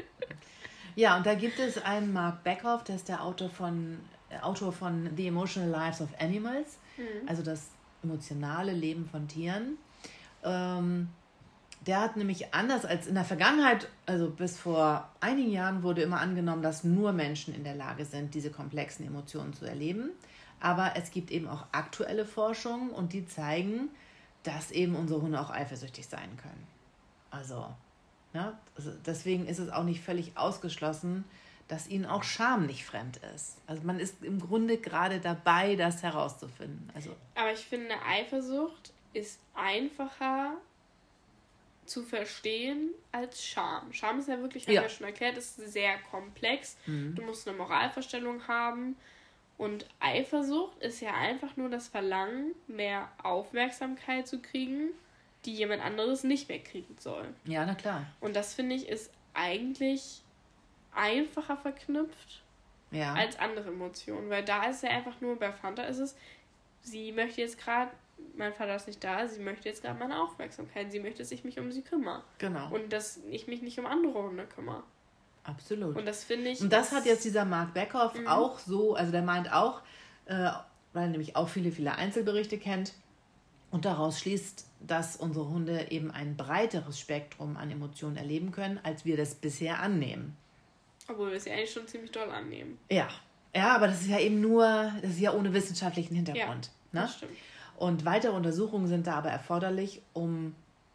S1: Ja, und da gibt es einen Mark Beckhoff, der ist der Autor von The Emotional Lives of Animals. Also das emotionale Leben von Tieren. Der hat nämlich anders als in der Vergangenheit, also bis vor einigen Jahren wurde immer angenommen, dass nur Menschen in der Lage sind, diese komplexen Emotionen zu erleben. Aber es gibt eben auch aktuelle Forschungen und die zeigen, dass eben unsere Hunde auch eifersüchtig sein können. Also deswegen ist es auch nicht völlig ausgeschlossen, dass ihnen auch Scham nicht fremd ist. Also man ist im Grunde gerade dabei, das herauszufinden.
S2: Aber ich finde, Eifersucht ist einfacher zu verstehen als Scham. Scham ist ja wirklich, haben wir schon erklärt, ist sehr komplex. Du musst eine Moralvorstellung haben. Und Eifersucht ist ja einfach nur das Verlangen, mehr Aufmerksamkeit zu kriegen, die jemand anderes nicht mehr kriegen soll.
S1: Ja, na klar.
S2: Und das, finde ich, ist eigentlich einfacher verknüpft als andere Emotionen. Weil da ist ja einfach nur, bei Fanta ist es, sie möchte jetzt gerade, mein Vater ist nicht da, sie möchte jetzt gerade meine Aufmerksamkeit. Sie möchte, dass ich mich um sie kümmere. Genau. Und dass ich mich nicht um andere Hunde kümmere.
S1: Absolut.
S2: Und das finde ich...
S1: Und das hat jetzt dieser Mark Beckhoff auch so, also der meint auch, weil er nämlich auch viele, viele Einzelberichte kennt und daraus schließt, dass unsere Hunde eben ein breiteres Spektrum an Emotionen erleben können, als wir das bisher annehmen.
S2: Obwohl wir es ja eigentlich schon ziemlich doll annehmen.
S1: Ja, aber das ist ja eben das ist ja ohne wissenschaftlichen Hintergrund. Ja, das stimmt. Und weitere Untersuchungen sind da aber erforderlich, um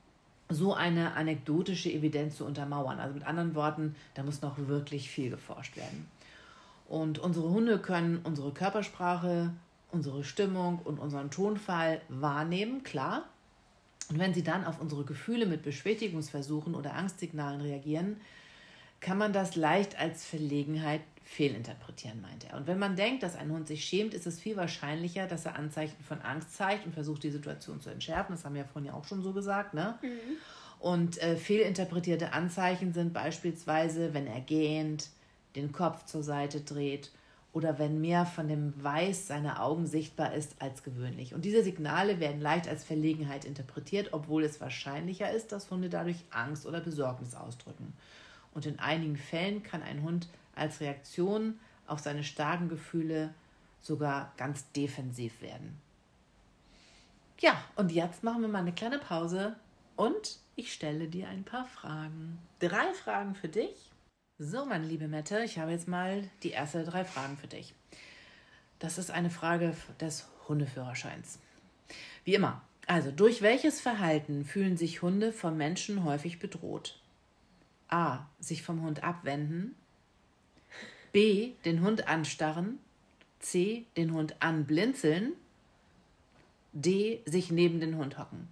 S1: so eine anekdotische Evidenz zu untermauern. Also mit anderen Worten, da muss noch wirklich viel geforscht werden. Und unsere Hunde können unsere Körpersprache, unsere Stimmung und unseren Tonfall wahrnehmen, klar. Und wenn sie dann auf unsere Gefühle mit Beschwichtigungsversuchen oder Angstsignalen reagieren, kann man das leicht als Verlegenheit fehlinterpretieren, meint er. Und wenn man denkt, dass ein Hund sich schämt, ist es viel wahrscheinlicher, dass er Anzeichen von Angst zeigt und versucht, die Situation zu entschärfen. Das haben wir ja vorhin ja auch schon so gesagt, ne? Und fehlinterpretierte Anzeichen sind beispielsweise, wenn er gähnt, den Kopf zur Seite dreht oder wenn mehr von dem Weiß seiner Augen sichtbar ist als gewöhnlich. Und diese Signale werden leicht als Verlegenheit interpretiert, obwohl es wahrscheinlicher ist, dass Hunde dadurch Angst oder Besorgnis ausdrücken. Und in einigen Fällen kann ein Hund als Reaktion auf seine starken Gefühle sogar ganz defensiv werden. Ja, und jetzt machen wir mal eine kleine Pause Und ich stelle dir ein paar Fragen. 3 Fragen für dich. So, meine liebe Mette, ich habe jetzt mal die ersten 3 Fragen für dich. Das ist eine Frage des Hundeführerscheins. Wie immer. Also, durch welches Verhalten fühlen sich Hunde vom Menschen häufig bedroht? A. Sich vom Hund abwenden. B. Den Hund anstarren. C. Den Hund anblinzeln. D. Sich neben den Hund hocken.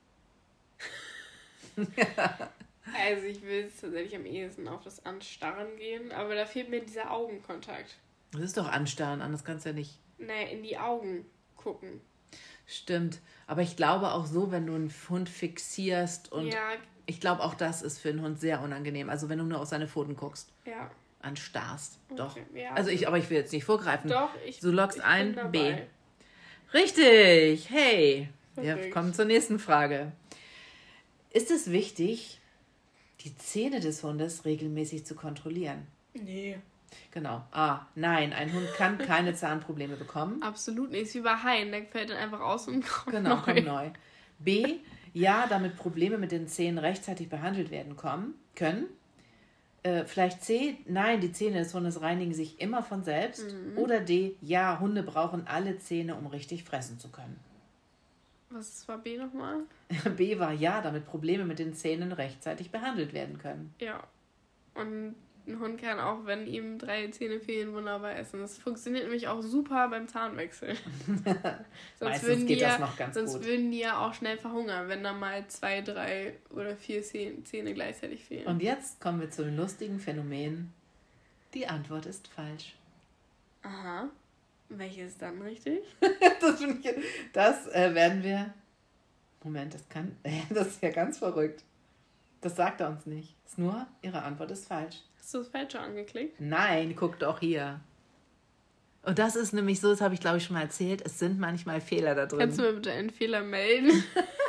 S2: Also ich will jetzt tatsächlich am ehesten auf das Anstarren gehen, aber da fehlt mir dieser Augenkontakt.
S1: Das ist doch Anstarren, anders kannst du ja nicht.
S2: Naja, in die Augen gucken.
S1: Stimmt, aber ich glaube auch so, wenn du einen Hund fixierst und ja. Ich glaube auch das ist für einen Hund sehr unangenehm, also wenn du nur auf seine Pfoten guckst.
S2: Ja.
S1: Anstarrst,
S2: okay.
S1: Doch.
S2: Ja,
S1: also aber ich will jetzt nicht vorgreifen.
S2: Doch,
S1: du loggst ein, B. Richtig, hey.
S2: Perfekt.
S1: Wir kommen zur nächsten Frage. Ist es wichtig, die Zähne des Hundes regelmäßig zu kontrollieren?
S2: Nee.
S1: Genau. A. Nein, ein Hund kann keine Zahnprobleme bekommen.
S2: Absolut nicht. Ist wie bei Haien. Der fällt dann einfach aus und kommt
S1: neu. Kommt neu. B. Ja, damit Probleme mit den Zähnen rechtzeitig behandelt werden können. Vielleicht C. Nein, die Zähne des Hundes reinigen sich immer von selbst. Mhm. Oder D. Ja, Hunde brauchen alle Zähne, um richtig fressen zu können.
S2: Was war B nochmal?
S1: B war ja, damit Probleme mit den Zähnen rechtzeitig behandelt werden können.
S2: Ja. Und ein Hund kann auch, wenn ihm 3 Zähne fehlen, wunderbar essen. Das funktioniert nämlich auch super beim Zahnwechsel.
S1: Meistens geht das noch ganz gut.
S2: Sonst würden die ja auch schnell verhungern, wenn da mal 2, 3 oder 4 Zähne gleichzeitig fehlen.
S1: Und jetzt kommen wir zu dem lustigen Phänomen. Die Antwort ist falsch.
S2: Aha. Welches ist dann richtig?
S1: das werden wir... Moment, das ist ja ganz verrückt. Das sagt er uns nicht. Es ist nur, ihre Antwort ist falsch.
S2: Hast du das Falsche angeklickt?
S1: Nein, guck doch hier. Und das ist nämlich so, das habe ich glaube ich schon mal erzählt, es sind manchmal Fehler da drin.
S2: Kannst du mir bitte einen Fehler melden?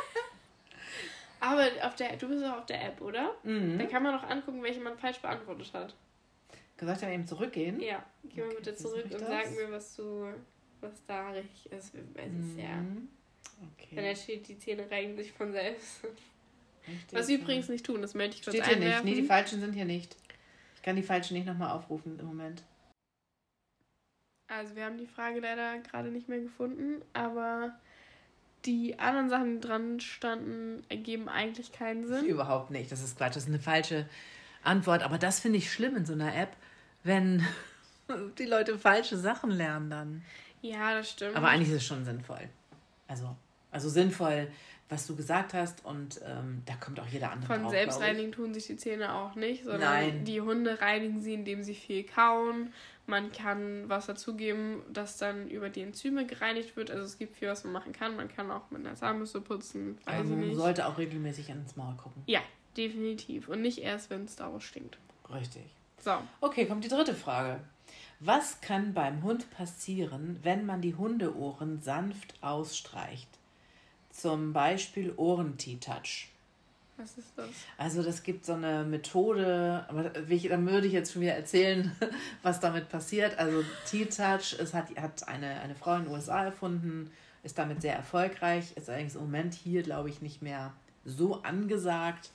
S2: Aber du bist auch auf der App, oder?
S1: Mhm.
S2: Da kann man noch angucken, welche man falsch beantwortet hat.
S1: Soll ich dann eben zurückgehen?
S2: Ja, geh mal bitte zurück und sag mir, was da richtig ist. Okay. Dann entsteht, die Zähne reiben sich von selbst. Richtig, was sie übrigens nicht tun, das möchte ich kurz einwerfen.
S1: Steht hier nicht. Nee, die falschen sind hier nicht. Ich kann die falschen nicht nochmal aufrufen im Moment.
S2: Also wir haben die Frage leider gerade nicht mehr gefunden, aber die anderen Sachen, die dran standen, ergeben eigentlich keinen Sinn.
S1: Überhaupt nicht, das ist Quatsch, das ist eine falsche Antwort. Aber das finde ich schlimm in so einer App, wenn die Leute falsche Sachen lernen dann.
S2: Ja, das stimmt.
S1: Aber eigentlich ist es schon sinnvoll. Also sinnvoll, was du gesagt hast und da kommt auch jeder andere
S2: drauf. Von Selbstreinigen tun sich die Zähne auch nicht, sondern
S1: Nein.
S2: Die Hunde reinigen sie, indem sie viel kauen. Man kann was dazugeben, das dann über die Enzyme gereinigt wird. Also es gibt viel, was man machen kann. Man kann auch mit einer Zahnbürste putzen, weiß ich nicht.
S1: Man sollte auch regelmäßig ins Maul gucken.
S2: Ja, definitiv. Und nicht erst, wenn es daraus stinkt.
S1: Richtig.
S2: So.
S1: Okay, kommt die dritte Frage. Was kann beim Hund passieren, wenn man die Hundeohren sanft ausstreicht? Zum Beispiel Ohren-T-Touch.
S2: Was ist das?
S1: Also das gibt so eine Methode, aber dann würde ich jetzt schon wieder erzählen, was damit passiert. Also T-Touch, es hat eine Frau in den USA erfunden, ist damit sehr erfolgreich, ist allerdings im Moment hier, glaube ich, nicht mehr so angesagt.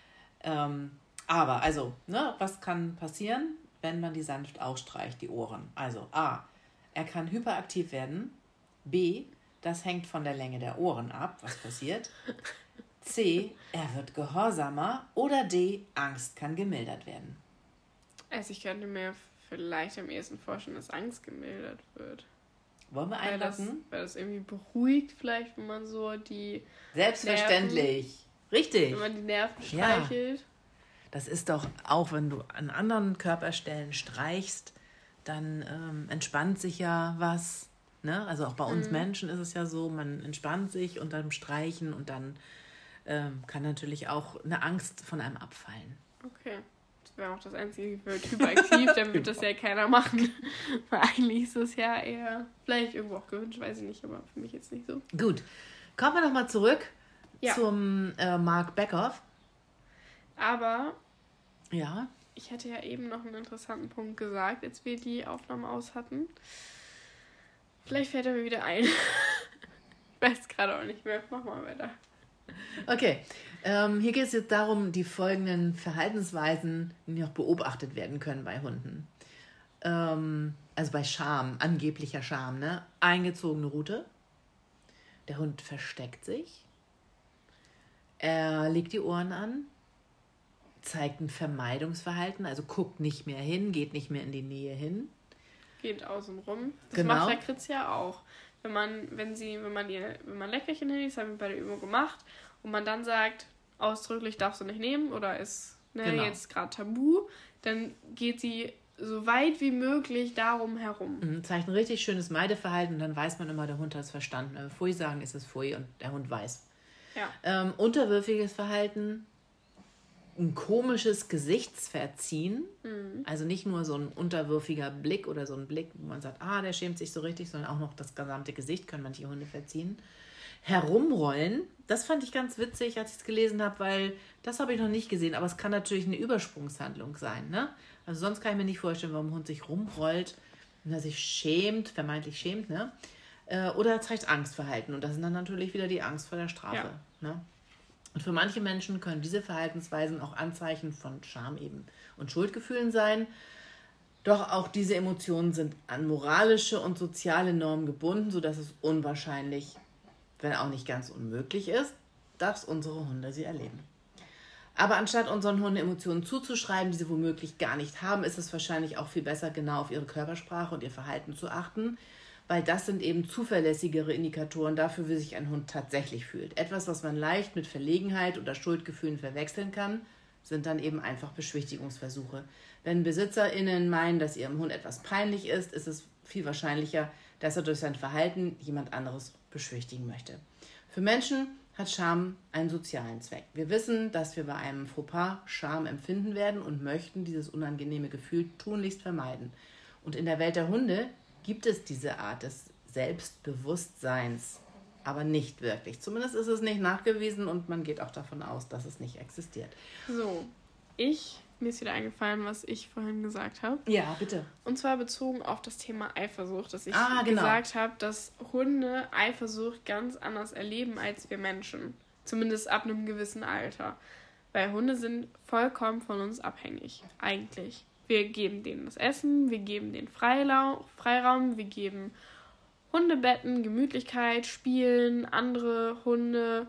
S1: Aber also, was kann passieren, wenn man die sanft ausstreicht, die Ohren? Also A, er kann hyperaktiv werden. B, das hängt von der Länge der Ohren ab, was passiert. C, er wird gehorsamer. Oder D, Angst kann gemildert werden.
S2: Also ich könnte mir vielleicht am ehesten vorstellen, dass Angst gemildert wird.
S1: Wollen wir einloggen?
S2: Weil das irgendwie beruhigt vielleicht, wenn man so die
S1: Selbstverständlich.
S2: Nerven,
S1: richtig.
S2: Wenn man die Nerven streichelt. Ja.
S1: Das ist doch auch, wenn du an anderen Körperstellen streichst, dann entspannt sich ja was. Ne? Also auch bei uns Menschen ist es ja so, man entspannt sich unter dem Streichen und dann kann natürlich auch eine Angst von einem abfallen.
S2: Okay. Das wäre auch das Einzige für hyperaktiv, dann wird das ja keiner machen. Weil eigentlich ist es ja eher vielleicht irgendwo auch gewünscht, weiß ich nicht, aber für mich jetzt nicht so.
S1: Gut. Kommen wir nochmal zurück zum Mark Beckhoff.
S2: Aber
S1: ja,
S2: ich hatte ja eben noch einen interessanten Punkt gesagt, als wir die Aufnahme aus hatten. Vielleicht fällt er mir wieder ein. Ich weiß gerade auch nicht mehr. Mach mal weiter.
S1: Okay, hier geht es jetzt darum, die folgenden Verhaltensweisen, die noch beobachtet werden können bei Hunden. Also bei Scham, angeblicher Scham, ne? Eingezogene Rute. Der Hund versteckt sich. Er legt die Ohren an. Zeigt ein Vermeidungsverhalten, also guckt nicht mehr hin, geht nicht mehr in die Nähe hin.
S2: Geht außen rum. Das macht Lakritz ja auch. Wenn man Leckerchen hinlegt, das haben wir bei der Übung gemacht, und man dann sagt, ausdrücklich darfst du nicht nehmen oder ist jetzt gerade tabu, dann geht sie so weit wie möglich darum herum.
S1: Zeigt ein richtig schönes Meideverhalten und dann weiß man immer, der Hund hat es verstanden. Wenn wir Pfui sagen, ist es Pfui und der Hund weiß. Ja. Unterwürfiges Verhalten, ein komisches Gesichtsverziehen, also nicht nur so ein unterwürfiger Blick oder so ein Blick, wo man sagt, der schämt sich so richtig, sondern auch noch das gesamte Gesicht können manche Hunde verziehen. Herumrollen, das fand ich ganz witzig, als ich es gelesen habe, weil das habe ich noch nicht gesehen, aber es kann natürlich eine Übersprungshandlung sein, ne? Also sonst kann ich mir nicht vorstellen, warum ein Hund sich rumrollt und er sich schämt, vermeintlich schämt, ne? Oder zeigt Angstverhalten und das ist dann natürlich wieder die Angst vor der Strafe, ne? Und für manche Menschen können diese Verhaltensweisen auch Anzeichen von Scham eben und Schuldgefühlen sein. Doch auch diese Emotionen sind an moralische und soziale Normen gebunden, sodass es unwahrscheinlich, wenn auch nicht ganz unmöglich ist, dass unsere Hunde sie erleben. Aber anstatt unseren Hunden Emotionen zuzuschreiben, die sie womöglich gar nicht haben, ist es wahrscheinlich auch viel besser, genau auf ihre Körpersprache und ihr Verhalten zu achten, weil das sind eben zuverlässigere Indikatoren dafür, wie sich ein Hund tatsächlich fühlt. Etwas, was man leicht mit Verlegenheit oder Schuldgefühlen verwechseln kann, sind dann eben einfach Beschwichtigungsversuche. Wenn BesitzerInnen meinen, dass ihrem Hund etwas peinlich ist, ist es viel wahrscheinlicher, dass er durch sein Verhalten jemand anderes beschwichtigen möchte. Für Menschen hat Scham einen sozialen Zweck. Wir wissen, dass wir bei einem Fauxpas Scham empfinden werden und möchten dieses unangenehme Gefühl tunlichst vermeiden. Und in der Welt der Hunde gibt es diese Art des Selbstbewusstseins, aber nicht wirklich. Zumindest ist es nicht nachgewiesen und man geht auch davon aus, dass es nicht existiert.
S2: So, mir ist wieder eingefallen, was ich vorhin gesagt habe.
S1: Ja, bitte.
S2: Und zwar bezogen auf das Thema Eifersucht, dass ich gesagt habe, dass Hunde Eifersucht ganz anders erleben als wir Menschen. Zumindest ab einem gewissen Alter. Weil Hunde sind vollkommen von uns abhängig, eigentlich. Wir geben denen das Essen, wir geben denen Freiraum, wir geben Hundebetten, Gemütlichkeit, Spielen, andere Hunde,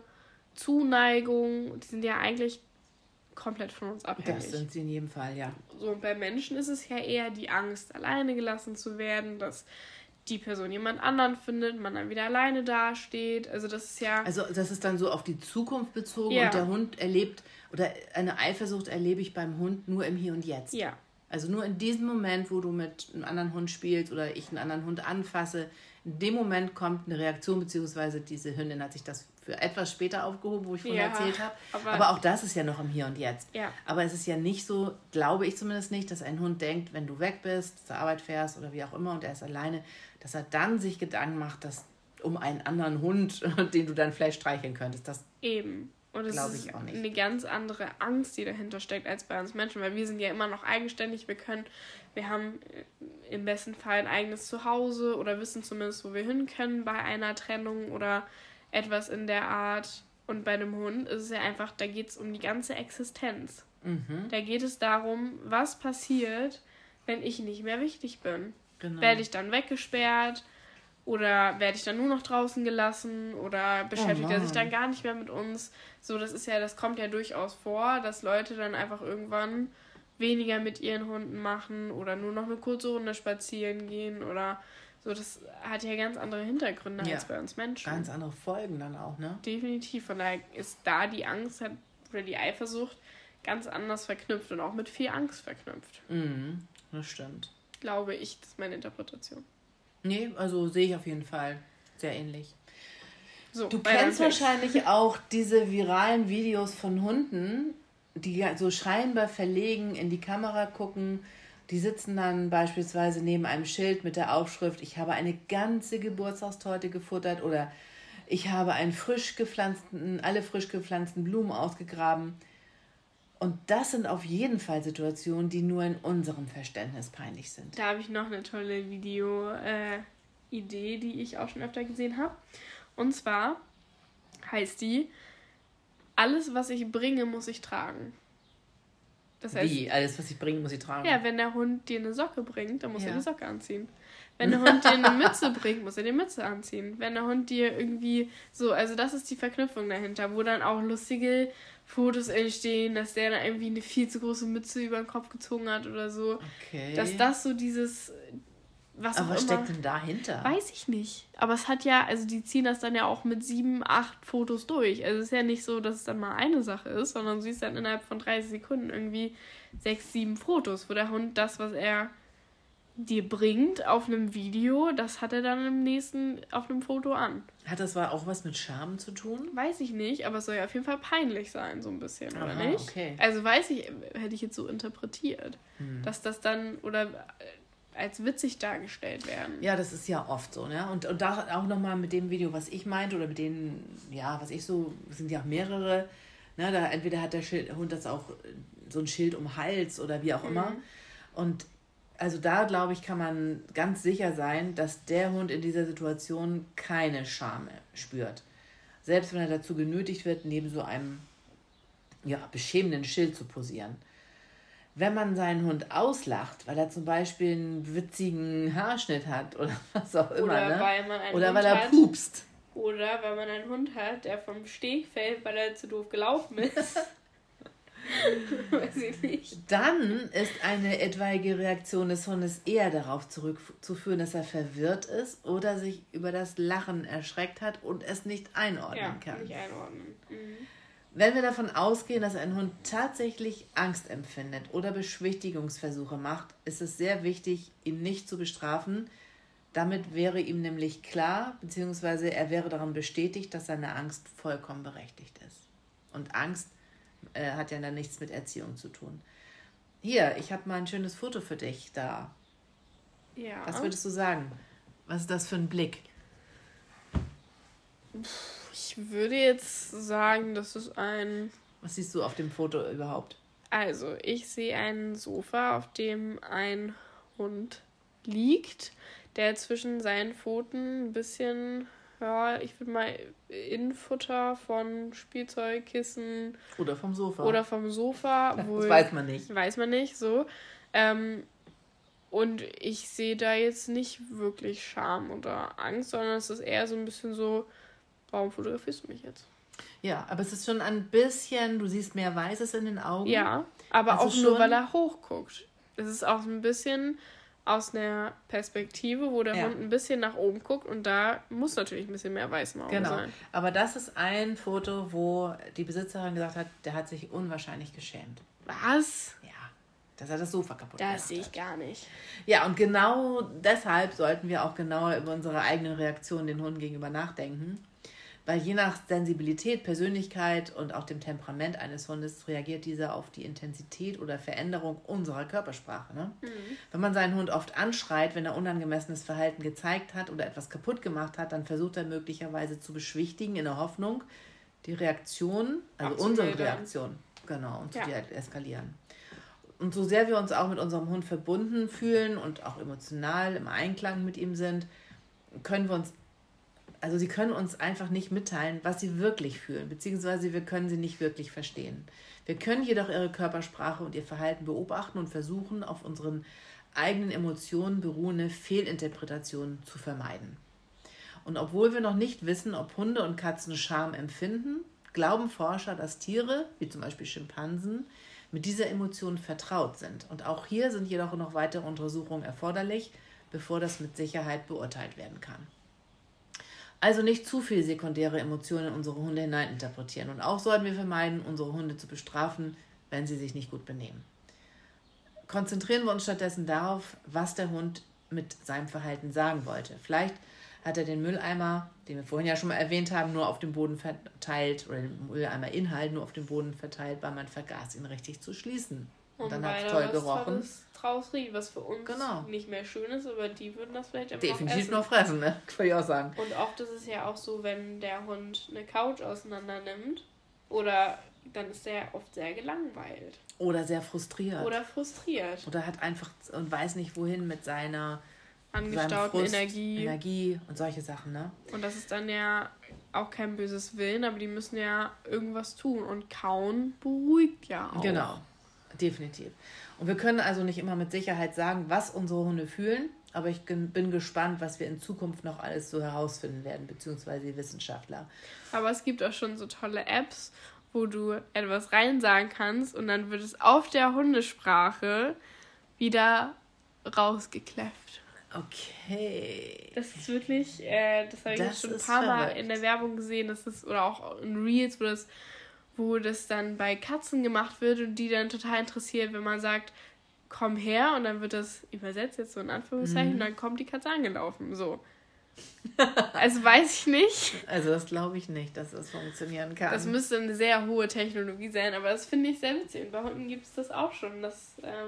S2: Zuneigung. Die sind ja eigentlich komplett von uns abhängig.
S1: Das sind sie in jedem Fall, ja.
S2: So, und bei Menschen ist es ja eher die Angst, alleine gelassen zu werden, dass die Person jemand anderen findet, man dann wieder alleine dasteht. Also das ist ja...
S1: Also das ist dann so auf die Zukunft bezogen und der Hund erlebt, oder eine Eifersucht erlebe ich beim Hund nur im Hier und Jetzt. Ja. Also nur in diesem Moment, wo du mit einem anderen Hund spielst oder ich einen anderen Hund anfasse, in dem Moment kommt eine Reaktion, beziehungsweise diese Hündin hat sich das für etwas später aufgehoben, wo ich vorhin erzählt habe. Aber auch das ist ja noch im Hier und Jetzt. Ja. Aber es ist ja nicht so, glaube ich zumindest nicht, dass ein Hund denkt, wenn du weg bist, zur Arbeit fährst oder wie auch immer und er ist alleine, dass er dann sich Gedanken macht, dass um einen anderen Hund, den du dann vielleicht streicheln könntest. Das
S2: eben. Und es ist eine ganz andere Angst, die dahinter steckt, als bei uns Menschen, weil wir sind ja immer noch eigenständig. Wir haben im besten Fall ein eigenes Zuhause oder wissen zumindest, wo wir hin können bei einer Trennung oder etwas in der Art. Und bei einem Hund ist es ja einfach, da geht es um die ganze Existenz. Mhm. Da geht es darum, was passiert, wenn ich nicht mehr wichtig bin. Genau. Werde ich dann weggesperrt? Oder werde ich dann nur noch draußen gelassen oder beschäftigt er sich dann gar nicht mehr mit uns? So, das kommt ja durchaus vor, dass Leute dann einfach irgendwann weniger mit ihren Hunden machen oder nur noch eine kurze Runde spazieren gehen oder so. Das hat ja ganz andere Hintergründe als bei uns Menschen.
S1: Ganz andere Folgen dann auch, ne?
S2: Definitiv. Von daher ist da die Angst oder die Eifersucht ganz anders verknüpft und auch mit viel Angst verknüpft.
S1: Mhm, das stimmt.
S2: Glaube ich, das ist meine Interpretation.
S1: Nee, also sehe ich auf jeden Fall sehr ähnlich. So, du kennst wahrscheinlich auch diese viralen Videos von Hunden, die so scheinbar verlegen in die Kamera gucken. Die sitzen dann beispielsweise neben einem Schild mit der Aufschrift, ich habe eine ganze Geburtstagstorte gefuttert oder ich habe alle frisch gepflanzten Blumen ausgegraben. Und das sind auf jeden Fall Situationen, die nur in unserem Verständnis peinlich sind.
S2: Da habe ich noch eine tolle Video-Idee, die ich auch schon öfter gesehen habe. Und zwar heißt die, alles, was ich bringe, muss ich tragen.
S1: Das heißt, wie? Alles, was ich bringe, muss ich tragen?
S2: Ja, wenn der Hund dir eine Socke bringt, dann muss er die Socke anziehen. Wenn der Hund dir eine Mütze bringt, muss er die Mütze anziehen. Wenn der Hund dir irgendwie so, also das ist die Verknüpfung dahinter, wo dann auch lustige Fotos entstehen, dass der dann irgendwie eine viel zu große Mütze über den Kopf gezogen hat oder so. Okay. Dass das so dieses...
S1: Aber was steckt denn dahinter?
S2: Weiß ich nicht. Aber es hat ja, also die ziehen das dann ja auch mit 7, 8 Fotos durch. Also es ist ja nicht so, dass es dann mal eine Sache ist, sondern du siehst dann innerhalb von 30 Sekunden irgendwie 6, 7 Fotos, wo der Hund das, was er dir bringt auf einem Video, das hat er dann im nächsten auf einem Foto an.
S1: Hat das auch was mit Scham zu tun?
S2: Weiß ich nicht, aber es soll ja auf jeden Fall peinlich sein, so ein bisschen, oder nicht? Okay. Also hätte ich jetzt so interpretiert, dass das dann, oder... als witzig dargestellt werden.
S1: Ja, das ist ja oft so, ne? Und da auch nochmal mit dem Video, was ich meinte, oder mit denen, ja, was ich so, sind ja auch mehrere, ne? Da entweder hat der Hund das auch so ein Schild um den Hals oder wie auch immer. Und also da, glaube ich, kann man ganz sicher sein, dass der Hund in dieser Situation keine Scham spürt. Selbst wenn er dazu genötigt wird, neben so einem beschämenden Schild zu posieren. Wenn man seinen Hund auslacht, weil er zum Beispiel einen witzigen Haarschnitt hat oder was auch immer, oder, weil er pupst.
S2: Oder weil man einen Hund hat, der vom Steg fällt, weil er zu doof gelaufen ist. Weiß ich nicht.
S1: Dann ist eine etwaige Reaktion des Hundes eher darauf zurückzuführen, dass er verwirrt ist oder sich über das Lachen erschreckt hat und es nicht einordnen kann.
S2: Nicht einordnen.
S1: Wenn wir davon ausgehen, dass ein Hund tatsächlich Angst empfindet oder Beschwichtigungsversuche macht, ist es sehr wichtig, ihn nicht zu bestrafen. Damit wäre ihm nämlich klar, beziehungsweise er wäre daran bestätigt, dass seine Angst vollkommen berechtigt ist. Und Angst hat ja dann nichts mit Erziehung zu tun. Hier, ich habe mal ein schönes Foto für dich da. Ja. Was würdest du sagen? Was ist das für ein Blick?
S2: Ich würde jetzt sagen, das ist ein...
S1: Was siehst du auf dem Foto überhaupt?
S2: Also, ich sehe ein Sofa, auf dem ein Hund liegt, der zwischen seinen Pfoten ein bisschen, ja, ich würde mal Innenfutter von Spielzeug, Kissen...
S1: Oder vom Sofa.
S2: Das
S1: weiß man nicht.
S2: Weiß man nicht, so. Und ich sehe da jetzt nicht wirklich Scham oder Angst, sondern es ist eher so ein bisschen so... Warum fotografierst du mich jetzt?
S1: Ja, aber es ist schon ein bisschen, du siehst mehr Weißes in den Augen.
S2: Ja, aber auch nur, weil er hochguckt. Es ist auch ein bisschen aus einer Perspektive, wo der Hund ein bisschen nach oben guckt und da muss natürlich ein bisschen mehr Weiß im Auge sein.
S1: Aber das ist ein Foto, wo die Besitzerin gesagt hat, der hat sich unwahrscheinlich geschämt.
S2: Was?
S1: Ja, dass er das Sofa kaputt gemacht hat.
S2: Das sehe ich gar nicht.
S1: Ja, und genau deshalb sollten wir auch genauer über unsere eigene Reaktion den Hunden gegenüber nachdenken. Weil je nach Sensibilität, Persönlichkeit und auch dem Temperament eines Hundes reagiert dieser auf die Intensität oder Veränderung unserer Körpersprache. Ne? Wenn man seinen Hund oft anschreit, wenn er unangemessenes Verhalten gezeigt hat oder etwas kaputt gemacht hat, dann versucht er möglicherweise zu beschwichtigen in der Hoffnung, die Reaktion, also unsere Reaktion, zu deeskalieren. Und so sehr wir uns auch mit unserem Hund verbunden fühlen und auch emotional im Einklang mit ihm sind, sie können uns einfach nicht mitteilen, was sie wirklich fühlen, beziehungsweise wir können sie nicht wirklich verstehen. Wir können jedoch ihre Körpersprache und ihr Verhalten beobachten und versuchen, auf unseren eigenen Emotionen beruhende Fehlinterpretationen zu vermeiden. Und obwohl wir noch nicht wissen, ob Hunde und Katzen Scham empfinden, glauben Forscher, dass Tiere, wie zum Beispiel Schimpansen, mit dieser Emotion vertraut sind. Und auch hier sind jedoch noch weitere Untersuchungen erforderlich, bevor das mit Sicherheit beurteilt werden kann. Also nicht zu viel sekundäre Emotionen in unsere Hunde hineininterpretieren. Und auch sollten wir vermeiden, unsere Hunde zu bestrafen, wenn sie sich nicht gut benehmen. Konzentrieren wir uns stattdessen darauf, was der Hund mit seinem Verhalten sagen wollte. Vielleicht hat er den Mülleimer, den wir vorhin ja schon mal erwähnt haben, nur auf dem Boden verteilt oder den Mülleimerinhalt nur auf dem Boden verteilt, weil man vergaß, ihn richtig zu schließen. Und dann hat es toll gerochen.
S2: Draus riecht, was für uns nicht mehr schön ist, aber die würden das vielleicht immer
S1: definitiv noch fressen, ne? Kann ich auch sagen.
S2: Und oft ist es ja auch so, wenn der Hund eine Couch auseinander nimmt, oder dann ist der oft sehr gelangweilt.
S1: Oder sehr frustriert.
S2: Oder
S1: hat einfach und weiß nicht wohin mit seiner
S2: angestauten
S1: Energie und solche Sachen, ne?
S2: Und das ist dann ja auch kein böses Willen, aber die müssen ja irgendwas tun. Und kauen beruhigt ja auch.
S1: Genau, definitiv. Und wir können also nicht immer mit Sicherheit sagen, was unsere Hunde fühlen, aber ich bin gespannt, was wir in Zukunft noch alles so herausfinden werden, beziehungsweise die Wissenschaftler.
S2: Aber es gibt auch schon so tolle Apps, wo du etwas rein sagen kannst und dann wird es auf der Hundesprache wieder rausgekläfft.
S1: Okay.
S2: Das ist wirklich, das habe ich jetzt schon ein paar Mal in der Werbung gesehen, oder auch in Reels, wo das dann bei Katzen gemacht wird und die dann total interessiert, wenn man sagt, komm her, und dann wird das übersetzt, jetzt so in Anführungszeichen, und dann kommt die Katze angelaufen, so. Also weiß ich nicht.
S1: Also das glaube ich nicht, dass das funktionieren kann.
S2: Das müsste eine sehr hohe Technologie sein, aber das finde ich sehr witzig. Und bei Hunden gibt es das auch schon.
S1: Wow,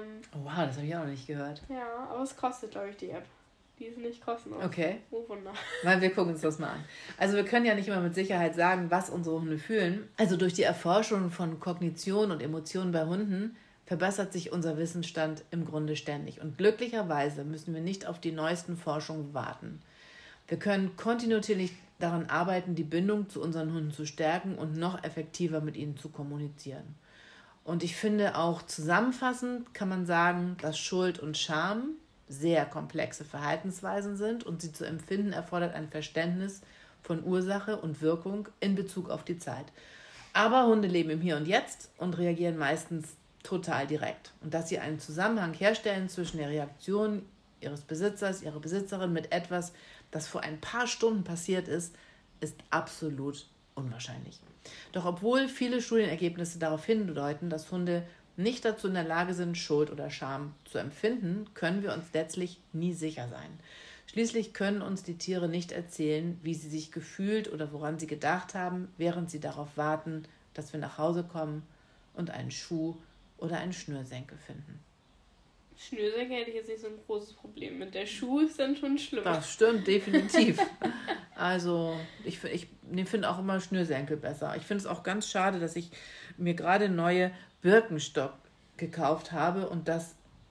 S1: das habe ich auch noch nicht gehört.
S2: Ja, aber es kostet, glaube ich, die App. Die ist nicht kostenlos.
S1: Okay.
S2: Oh Wunder.
S1: Weil wir gucken uns das mal an. Also wir können ja nicht immer mit Sicherheit sagen, was unsere Hunde fühlen. Also durch die Erforschung von Kognition und Emotionen bei Hunden verbessert sich unser Wissensstand im Grunde ständig. Und glücklicherweise müssen wir nicht auf die neuesten Forschungen warten. Wir können kontinuierlich daran arbeiten, die Bindung zu unseren Hunden zu stärken und noch effektiver mit ihnen zu kommunizieren. Und ich finde auch zusammenfassend kann man sagen, dass Schuld und Scham sehr komplexe Verhaltensweisen sind und sie zu empfinden erfordert ein Verständnis von Ursache und Wirkung in Bezug auf die Zeit. Aber Hunde leben im Hier und Jetzt und reagieren meistens total direkt. Und dass sie einen Zusammenhang herstellen zwischen der Reaktion ihres Besitzers, ihrer Besitzerin mit etwas, das vor ein paar Stunden passiert ist, ist absolut unwahrscheinlich. Doch obwohl viele Studienergebnisse darauf hindeuten, dass Hunde nicht dazu in der Lage sind, Schuld oder Scham zu empfinden, können wir uns letztlich nie sicher sein. Schließlich können uns die Tiere nicht erzählen, wie sie sich gefühlt oder woran sie gedacht haben, während sie darauf warten, dass wir nach Hause kommen und einen Schuh oder einen Schnürsenkel finden.
S2: Schnürsenkel hätte ich jetzt nicht so ein großes Problem mit. Der Schuh ist dann schon schlimmer.
S1: Das stimmt, definitiv. Also ich finde auch immer Schnürsenkel besser. Ich finde es auch ganz schade, dass ich mir gerade neue Birkenstock gekauft habe und dass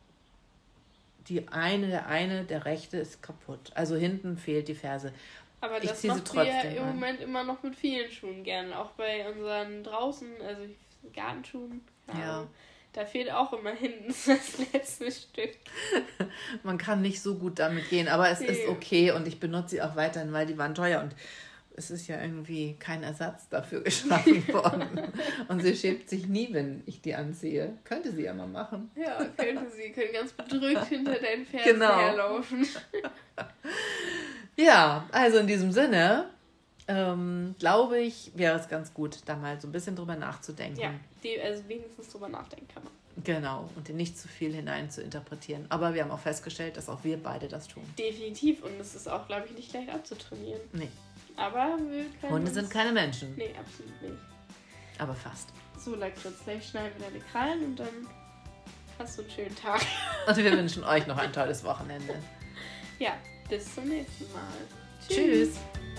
S1: der rechte ist kaputt. Also hinten fehlt die Ferse.
S2: Aber das macht wir ja im Moment immer noch mit vielen Schuhen gerne. Auch bei unseren draußen, also Gartenschuhen. Ja. Da fehlt auch immer hinten das letzte Stück.
S1: Man kann nicht so gut damit gehen, aber es ist okay und ich benutze sie auch weiterhin, weil die waren teuer und es ist ja irgendwie kein Ersatz dafür geschaffen worden. Und sie schämt sich nie, wenn ich die anziehe. Könnte sie ja mal machen.
S2: Ja, könnte sie. Können ganz bedrückt hinter deinen Fersen herlaufen.
S1: Ja, also in diesem Sinne glaube ich, wäre es ganz gut, da mal so ein bisschen drüber nachzudenken.
S2: Ja, also wenigstens drüber nachdenken kann man.
S1: Genau, und nicht zu viel hinein zu interpretieren. Aber wir haben auch festgestellt, dass auch wir beide das tun.
S2: Definitiv, und es ist auch, glaube ich, nicht leicht abzutrainieren.
S1: Nee.
S2: Aber wir können
S1: Hunde sind keine Menschen.
S2: Nee, absolut nicht.
S1: Aber fast.
S2: So, Lakritz, gleich schneiden wir deine Krallen und dann hast du einen schönen Tag.
S1: Und wir wünschen euch noch ein tolles Wochenende.
S2: Ja, bis zum nächsten Mal.
S1: Tschüss.